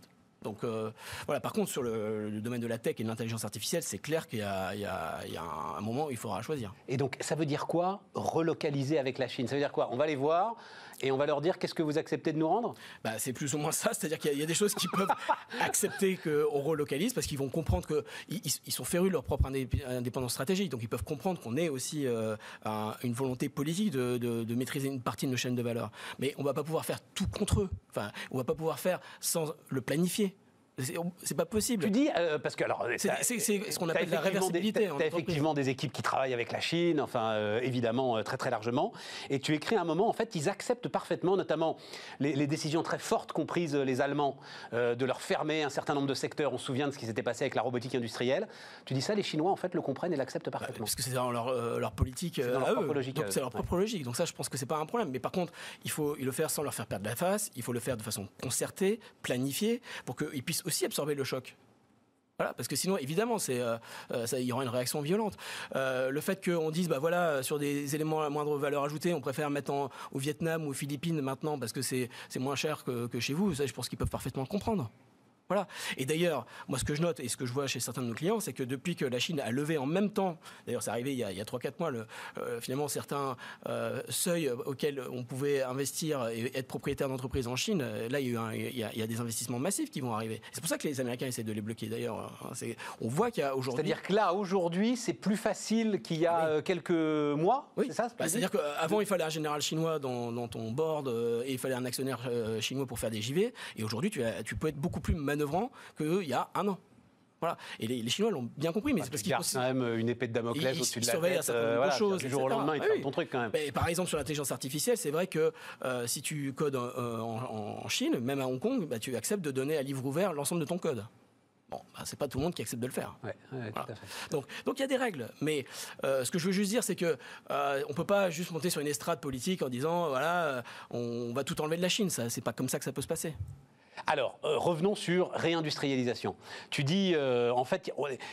Donc euh, voilà. Par contre, sur le, le domaine de la tech et de l'intelligence artificielle, c'est clair qu'il y a, il y a, il y a un moment où il faudra choisir. Et donc, ça veut dire quoi, relocaliser avec la Chine? Ça veut dire quoi? On va les voir et on va leur dire qu'est-ce que vous acceptez de nous rendre? Bah, c'est plus ou moins ça. C'est-à-dire qu'il y a, il y a des choses qu'ils peuvent accepter qu'on relocalise parce qu'ils vont comprendre qu'ils ils sont férus de leur propre indépendance stratégique. Donc, ils peuvent comprendre qu'on ait aussi euh, un, une volonté politique de, de, de maîtriser une partie de nos chaînes de valeur. Mais on ne va pas pouvoir faire tout contre eux. Enfin, on ne va pas pouvoir faire sans le planifier. C'est, c'est pas possible. Tu dis, euh, parce que alors, c'est, c'est, c'est ce qu'on appelle la réversibilité. Tu as effectivement des équipes qui travaillent avec la Chine, enfin euh, évidemment euh, très très largement. Et tu écris à un moment, en fait, ils acceptent parfaitement, notamment les, les décisions très fortes qu'ont prises les Allemands euh, de leur fermer un certain nombre de secteurs. On se souvient de ce qui s'était passé avec la robotique industrielle. Tu dis ça, les Chinois en fait le comprennent et l'acceptent parfaitement. Parce que c'est dans leur, euh, leur politique, c'est dans leur à propre eux. logique. Donc c'est leur propre ouais. logique. Donc ça, je pense que c'est pas un problème. Mais par contre, il faut le faire sans leur faire perdre la face. Il faut le faire de façon concertée, planifiée, pour qu'ils puissent aussi absorber le choc. Voilà, parce que sinon, évidemment, c'est, euh, ça, il y aura une réaction violente. Euh, le fait qu'on dise, bah voilà, sur des éléments à moindre valeur ajoutée, on préfère mettre en, au Vietnam ou aux Philippines maintenant parce que c'est, c'est moins cher que, que chez vous, ça, je pense qu'ils peuvent parfaitement le comprendre. Voilà. Et d'ailleurs, moi, ce que je note et ce que je vois chez certains de nos clients, c'est que depuis que la Chine a levé en même temps, d'ailleurs, c'est arrivé il y a, il y a trois quatre mois, le, euh, finalement, certains euh, seuils auxquels on pouvait investir et être propriétaire d'entreprises en Chine, là, il y a, eu un, il y a, il y a des investissements massifs qui vont arriver. C'est pour ça que les Américains essaient de les bloquer, d'ailleurs. C'est, on voit qu'il y a aujourd'hui... C'est-à-dire que là, aujourd'hui, c'est plus facile qu'il y a oui. quelques mois, oui. c'est ça? Bah, c'est-à-dire qu'avant, il fallait un général chinois dans, dans ton board euh, et il fallait un actionnaire euh, chinois pour faire des J V. Et aujourd'hui, tu, as, tu peux être beaucoup plus manœuvrant que il y a un an. Voilà. Et les, les Chinois l'ont bien compris, mais bah, c'est parce qu'ils ont quand même une épée de Damoclès au-dessus de la tête. Ils surveillent euh, voilà, choses. Du jour au lendemain, ils ah, ferment oui. ton truc quand même. Mais, par exemple, sur l'intelligence artificielle, c'est vrai que euh, si tu codes euh, en, en Chine, même à Hong Kong, bah, tu acceptes de donner à livre ouvert l'ensemble de ton code. Bon, bah, c'est pas tout le monde qui accepte de le faire. Ouais, ouais, voilà. tout à fait. Donc, donc il y a des règles. Mais euh, ce que je veux juste dire, c'est que euh, on peut pas juste monter sur une estrade politique en disant voilà, on va tout enlever de la Chine. Ça, c'est pas comme ça que ça peut se passer. Alors, euh, revenons sur réindustrialisation. Tu dis, euh, en fait,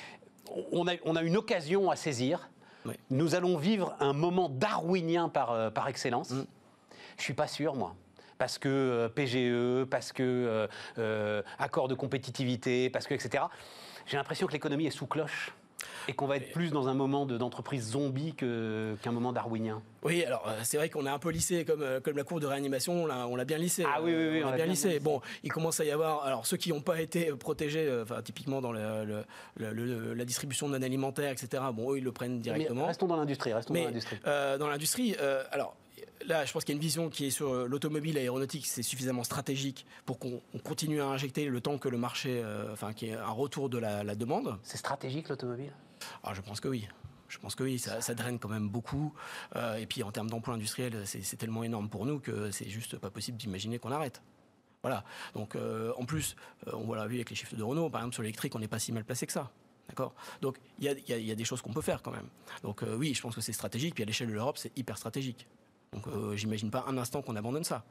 on a, on a une occasion à saisir. Oui. Nous allons vivre un moment darwinien par, euh, par excellence. Mm. Je suis pas sûr, moi. Parce que euh, P G E, parce que euh, euh, accord de compétitivité, parce que et cetera. J'ai l'impression que l'économie est sous cloche. Et qu'on va être plus dans un moment de, d'entreprise zombie que, qu'un moment darwinien. Oui, alors c'est vrai qu'on a un peu lissé, comme, comme la courbe de réanimation, on l'a, on l'a bien lissé. Ah oui, oui, oui. On, on l'a bien, bien lissé. lissé. Bon, il commence à y avoir, alors ceux qui n'ont pas été protégés, enfin, typiquement dans le, le, le, le, la distribution non alimentaire, et cetera, bon, eux, ils le prennent directement. Mais restons dans l'industrie, restons Mais, dans l'industrie. Euh, dans l'industrie, euh, alors... Là, je pense qu'il y a une vision qui est sur l'automobile, l'aéronautique, c'est suffisamment stratégique pour qu'on continue à injecter le temps que le marché, euh, enfin, qu'il y ait un retour de la, la demande. C'est stratégique l'automobile ? Ah, je pense que oui. Je pense que oui, ça, ça draine quand même beaucoup. Euh, et puis en termes d'emploi industriel, c'est, c'est tellement énorme pour nous que c'est juste pas possible d'imaginer qu'on arrête. Voilà. Donc euh, en plus, euh, on l'a vu avec les chiffres de Renault, par exemple sur l'électrique, on n'est pas si mal placé que ça. D'accord. Donc il y a, y, a, y a des choses qu'on peut faire quand même. Donc euh, oui, je pense que c'est stratégique. Puis à l'échelle de l'Europe, c'est hyper stratégique. Donc, euh, j'imagine pas un instant qu'on abandonne ça.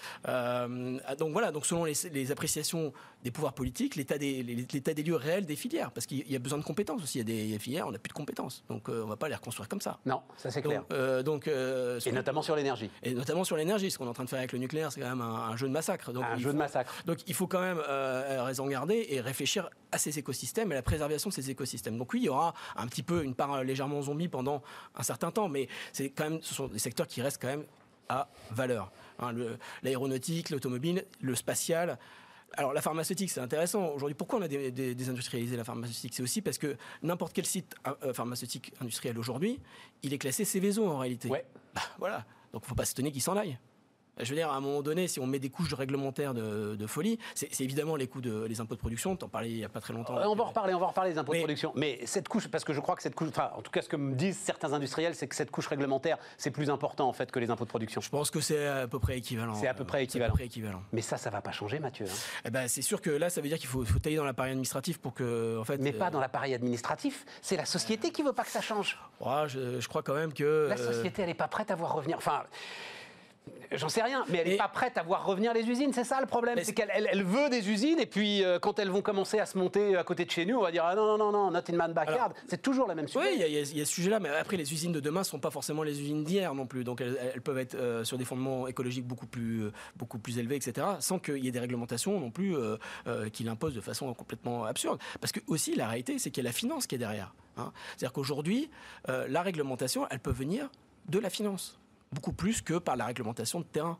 Euh, donc voilà. Donc selon les, les appréciations des pouvoirs politiques, l'état des, l'état des lieux réels des filières, parce qu'il y a besoin de compétences aussi. Il y a des, il y a des filières, on n'a plus de compétences. Donc euh, on va pas les reconstruire comme ça. Non, ça c'est clair. Donc, euh, donc euh, et notamment sur l'énergie. Et notamment sur l'énergie, ce qu'on est en train de faire avec le nucléaire, c'est quand même un, un jeu de massacre. Donc, un jeu faut, de massacre. Donc il faut quand même euh, raison garder et réfléchir à ces écosystèmes et à la préservation de ces écosystèmes. Donc oui, il y aura un petit peu une part légèrement zombie pendant un certain temps, mais c'est quand même, ce sont des secteurs qui restent quand même à valeur. Hein, le, l'aéronautique, l'automobile, le spatial. Alors la pharmaceutique, c'est intéressant. Aujourd'hui, pourquoi on a dé, dé, désindustrialisé la pharmaceutique ? C'est aussi parce que n'importe quel site euh, pharmaceutique industriel aujourd'hui, il est classé Céveso en réalité. Ouais. Bah, voilà. Donc il ne faut pas s'étonner qu'il s'en aille. Je veux dire, à un moment donné, si on met des couches réglementaires de, de folie, c'est, c'est évidemment les coûts de les impôts de production. T'en parlais il n'y a pas très longtemps. Euh, on va en reparler, on va en reparler des impôts mais, de production. Mais cette couche, parce que je crois que cette couche, enfin, en tout cas, ce que me disent certains industriels, c'est que cette couche réglementaire, c'est plus important en fait que les impôts de production. Je pense que c'est à peu près équivalent. C'est à peu près équivalent. À peu près équivalent. Mais ça, ça va pas changer, Mathieu. Hein. Eh ben, c'est sûr que là, ça veut dire qu'il faut, faut tailler dans l'appareil administratif pour que, en fait. Mais euh... pas dans l'appareil administratif. C'est la société qui veut pas que ça change. Ouais, je, je crois quand même que. La société, elle est pas prête à voir revenir. Enfin. J'en sais rien, mais elle n'est pas prête à voir revenir les usines, c'est ça le problème. C'est qu'elle elle, elle veut des usines, et puis euh, quand elles vont commencer à se monter à côté de chez nous, on va dire ah non, non, non, non, not in my backyard. C'est toujours la même sujet. Oui, il y, y, y a ce sujet-là, mais après, les usines de demain ne sont pas forcément les usines d'hier non plus. Donc elles, elles peuvent être euh, sur des fondements écologiques beaucoup plus, euh, beaucoup plus élevés, et cetera, sans qu'il y ait des réglementations non plus euh, euh, qui l'imposent de façon complètement absurde. Parce que aussi, la réalité, c'est qu'il y a la finance qui est derrière. Hein. C'est-à-dire qu'aujourd'hui, euh, la réglementation, elle peut venir de la finance, beaucoup plus que par la réglementation de terrain.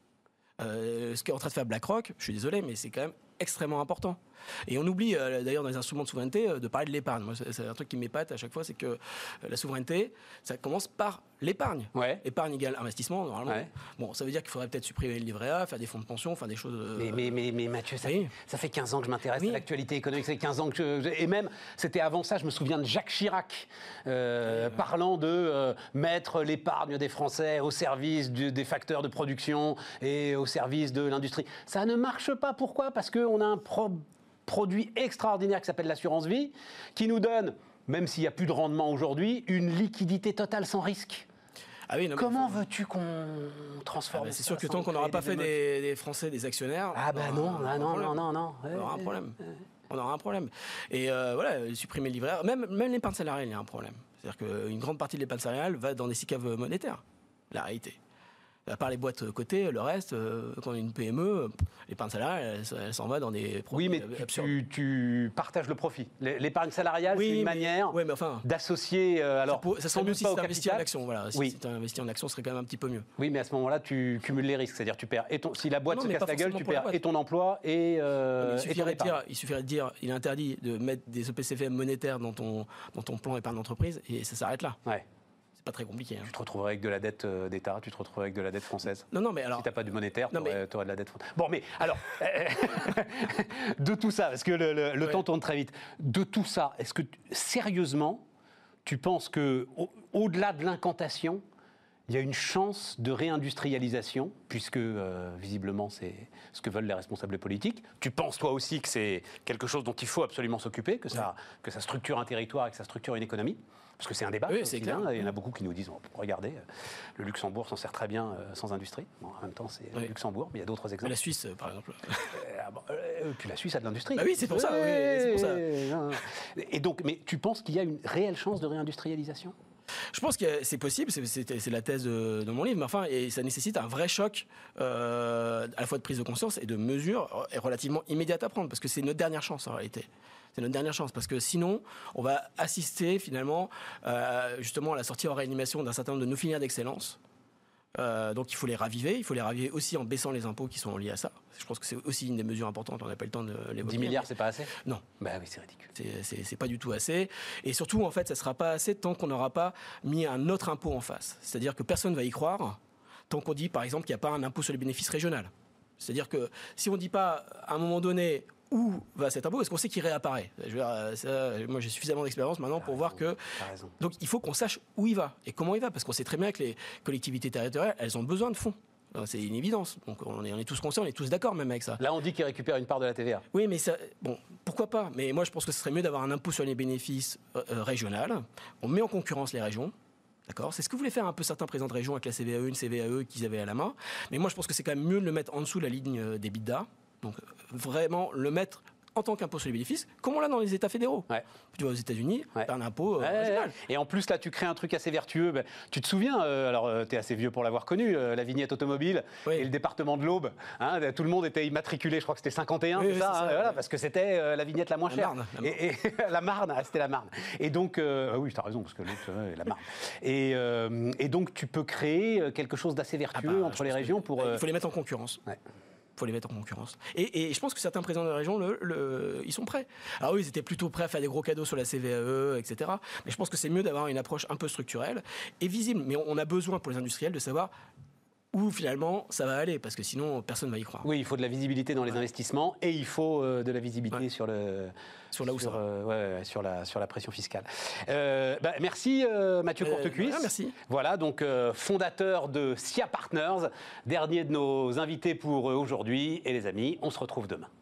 Euh, ce qu'est en train de faire BlackRock, je suis désolé, mais c'est quand même extrêmement important. Et on oublie euh, d'ailleurs dans les instruments de souveraineté euh, de parler de l'épargne. Moi, c'est, c'est un truc qui m'épate à chaque fois, c'est que euh, la souveraineté, ça commence par l'épargne. Ouais. Épargne égale investissement, normalement. Ouais. Bon, ça veut dire qu'il faudrait peut-être supprimer le livret A, faire des fonds de pension, faire des choses... Euh, mais, mais, mais, mais Mathieu, ça, oui. ça fait quinze ans que je m'intéresse oui. à l'actualité économique, ça fait quinze ans que je... Et même, c'était avant ça, je me souviens de Jacques Chirac, euh, oui, parlant de euh, mettre l'épargne des Français au service du, des facteurs de production et au service de l'industrie. Ça ne marche pas, pourquoi ? Parce qu'on a un pro- produit extraordinaire qui s'appelle l'assurance vie, qui nous donne, même s'il n'y a plus de rendement aujourd'hui, une liquidité totale sans risque. Ah oui, non, Comment faut... veux-tu qu'on transforme ah bah, c'est ça sûr que tant qu'on n'aura pas des fait des, des Français des actionnaires... Ah bah non, ah non, non, non, non. On aura un problème. On aura un problème. Et euh, voilà, supprimer le livret A, même, même l'épargne salariale, il y a un problème. C'est-à-dire qu'une grande partie de l'épargne salariale va dans des S I C A V monétaires, la réalité. À part les boîtes cotées, le reste, euh, quand on est une P M E, l'épargne salariale, elle, elle s'en va dans des produits. Oui, mais tu, tu partages le profit. L'épargne salariale, oui, c'est une mais, manière ouais, mais enfin, d'associer. Euh, alors, ça, ça serait mieux si c'est investi en action. Voilà. Oui. Si tu investi en action, ce serait quand même un petit peu mieux. Oui, mais à ce moment-là, tu cumules les risques. C'est-à-dire, tu perds. Et ton, si la boîte non, se casse la gueule, tu perds et ton emploi et. Euh, il, suffirait de dire, il suffirait de dire il est interdit de mettre des E P C F M monétaires dans ton, dans ton plan épargne d'entreprise et ça s'arrête là. Ouais. Pas très compliqué. Hein. Tu te retrouverais avec de la dette d'État, tu te retrouverais avec de la dette française. Non, non, mais alors. Si t'as pas du monétaire, tu aurais mais... de la dette française. Bon, mais alors, de tout ça, parce que le, le, le ouais. temps tourne très vite, de tout ça, est-ce que, sérieusement, tu penses que, au, au-delà de l'incantation, il y a une chance de réindustrialisation, puisque euh, visiblement c'est ce que veulent les responsables politiques. Tu penses toi aussi que c'est quelque chose dont il faut absolument s'occuper, que ça, ouais. que ça structure un territoire et que ça structure une économie, parce que c'est un débat. Oui, c'est clair. Bien. Il y en a beaucoup qui nous disent oh, regardez, le Luxembourg s'en sert très bien euh, sans industrie. Bon, en même temps, c'est oui. le Luxembourg, mais il y a d'autres exemples. Mais la Suisse, par exemple. euh, bon, euh, puis la Suisse a de l'industrie. Bah oui, c'est pour ça. Oui, c'est pour ça. Et donc, mais tu penses qu'il y a une réelle chance de réindustrialisation ? Je pense que c'est possible, c'est, c'est, c'est la thèse de, de mon livre, mais enfin, et ça nécessite un vrai choc euh, à la fois de prise de conscience et de mesures relativement immédiates à prendre, parce que c'est notre dernière chance en réalité. C'est notre dernière chance, parce que sinon, on va assister finalement euh, justement à la sortie en réanimation d'un certain nombre de nos filières d'excellence. Euh, donc il faut les raviver, il faut les raviver aussi en baissant les impôts qui sont liés à ça. Je pense que c'est aussi une des mesures importantes, on n'a pas le temps de l'évoquer. dix milliards, c'est pas assez ? Non. Bah oui, c'est ridicule. C'est, c'est, c'est pas du tout assez. Et surtout, en fait, ça sera pas assez tant qu'on n'aura pas mis un autre impôt en face. C'est-à-dire que personne ne va y croire tant qu'on dit, par exemple, qu'il n'y a pas un impôt sur les bénéfices régional. C'est-à-dire que si on ne dit pas, à un moment donné, où va cet impôt ? Est-ce qu'on sait qu'il réapparaît ? Je veux dire, ça, moi, j'ai suffisamment d'expérience maintenant pour voir que... Donc, il faut qu'on sache où il va et comment il va, parce qu'on sait très bien que les collectivités territoriales, elles ont besoin de fonds. C'est une évidence. Donc, on est, on est tous conscients, on est tous d'accord même avec ça. Là, on dit qu'il récupère une part de la T V A. Oui, mais ça, bon, pourquoi pas ? Mais moi, je pense que ce serait mieux d'avoir un impôt sur les bénéfices euh, régional. On met en concurrence les régions. D'accord ? C'est ce que voulaient faire un peu certains présidents de région avec la C V A E, une C V A E qu'ils avaient à la main. Mais moi, je pense que c'est quand même mieux de le mettre en dessous de la ligne des EBITDA. Donc, vraiment le mettre en tant qu'impôt sur les bénéfices, comme on l'a dans les États fédéraux. Ouais. Tu vas aux États-Unis, ouais. tu as un impôt euh, ouais, régional. Ouais. Et en plus, là, tu crées un truc assez vertueux. Ben, tu te souviens, euh, alors euh, tu es assez vieux pour l'avoir connu, euh, la vignette automobile oui. et le département de l'Aube. Hein, tout le monde était immatriculé, je crois que c'était cinquante et un, oui, c'est oui, ça, c'est hein, ça voilà, ouais. parce que c'était euh, la vignette la moins la chère. Marne, la Marne. Et, et, la Marne, c'était la Marne. Et donc, euh, oui, tu as raison, parce que l'autre, euh, la Marne. Et, euh, et donc, tu peux créer quelque chose d'assez vertueux ah bah, entre les régions que, pour... Euh, il faut les mettre en concurrence. Ouais. Il faut les mettre en concurrence. Et, et je pense que certains présidents de la région, le, le, ils sont prêts. Alors oui, ils étaient plutôt prêts à faire des gros cadeaux sur la C V A E, et cetera. Mais je pense que c'est mieux d'avoir une approche un peu structurelle et visible. Mais on a besoin pour les industriels de savoir où finalement ça va aller, parce que sinon personne ne va y croire. Oui, il faut de la visibilité dans les ouais. investissements et il faut euh, de la visibilité ouais. sur le sur là où sur, ça va. Euh, ouais, sur la sur la pression fiscale. Euh, bah, merci euh, Mathieu euh, Courtecuisse. Voilà, merci. Voilà donc euh, fondateur de S I A Partners, dernier de nos invités pour aujourd'hui. Et les amis, on se retrouve demain.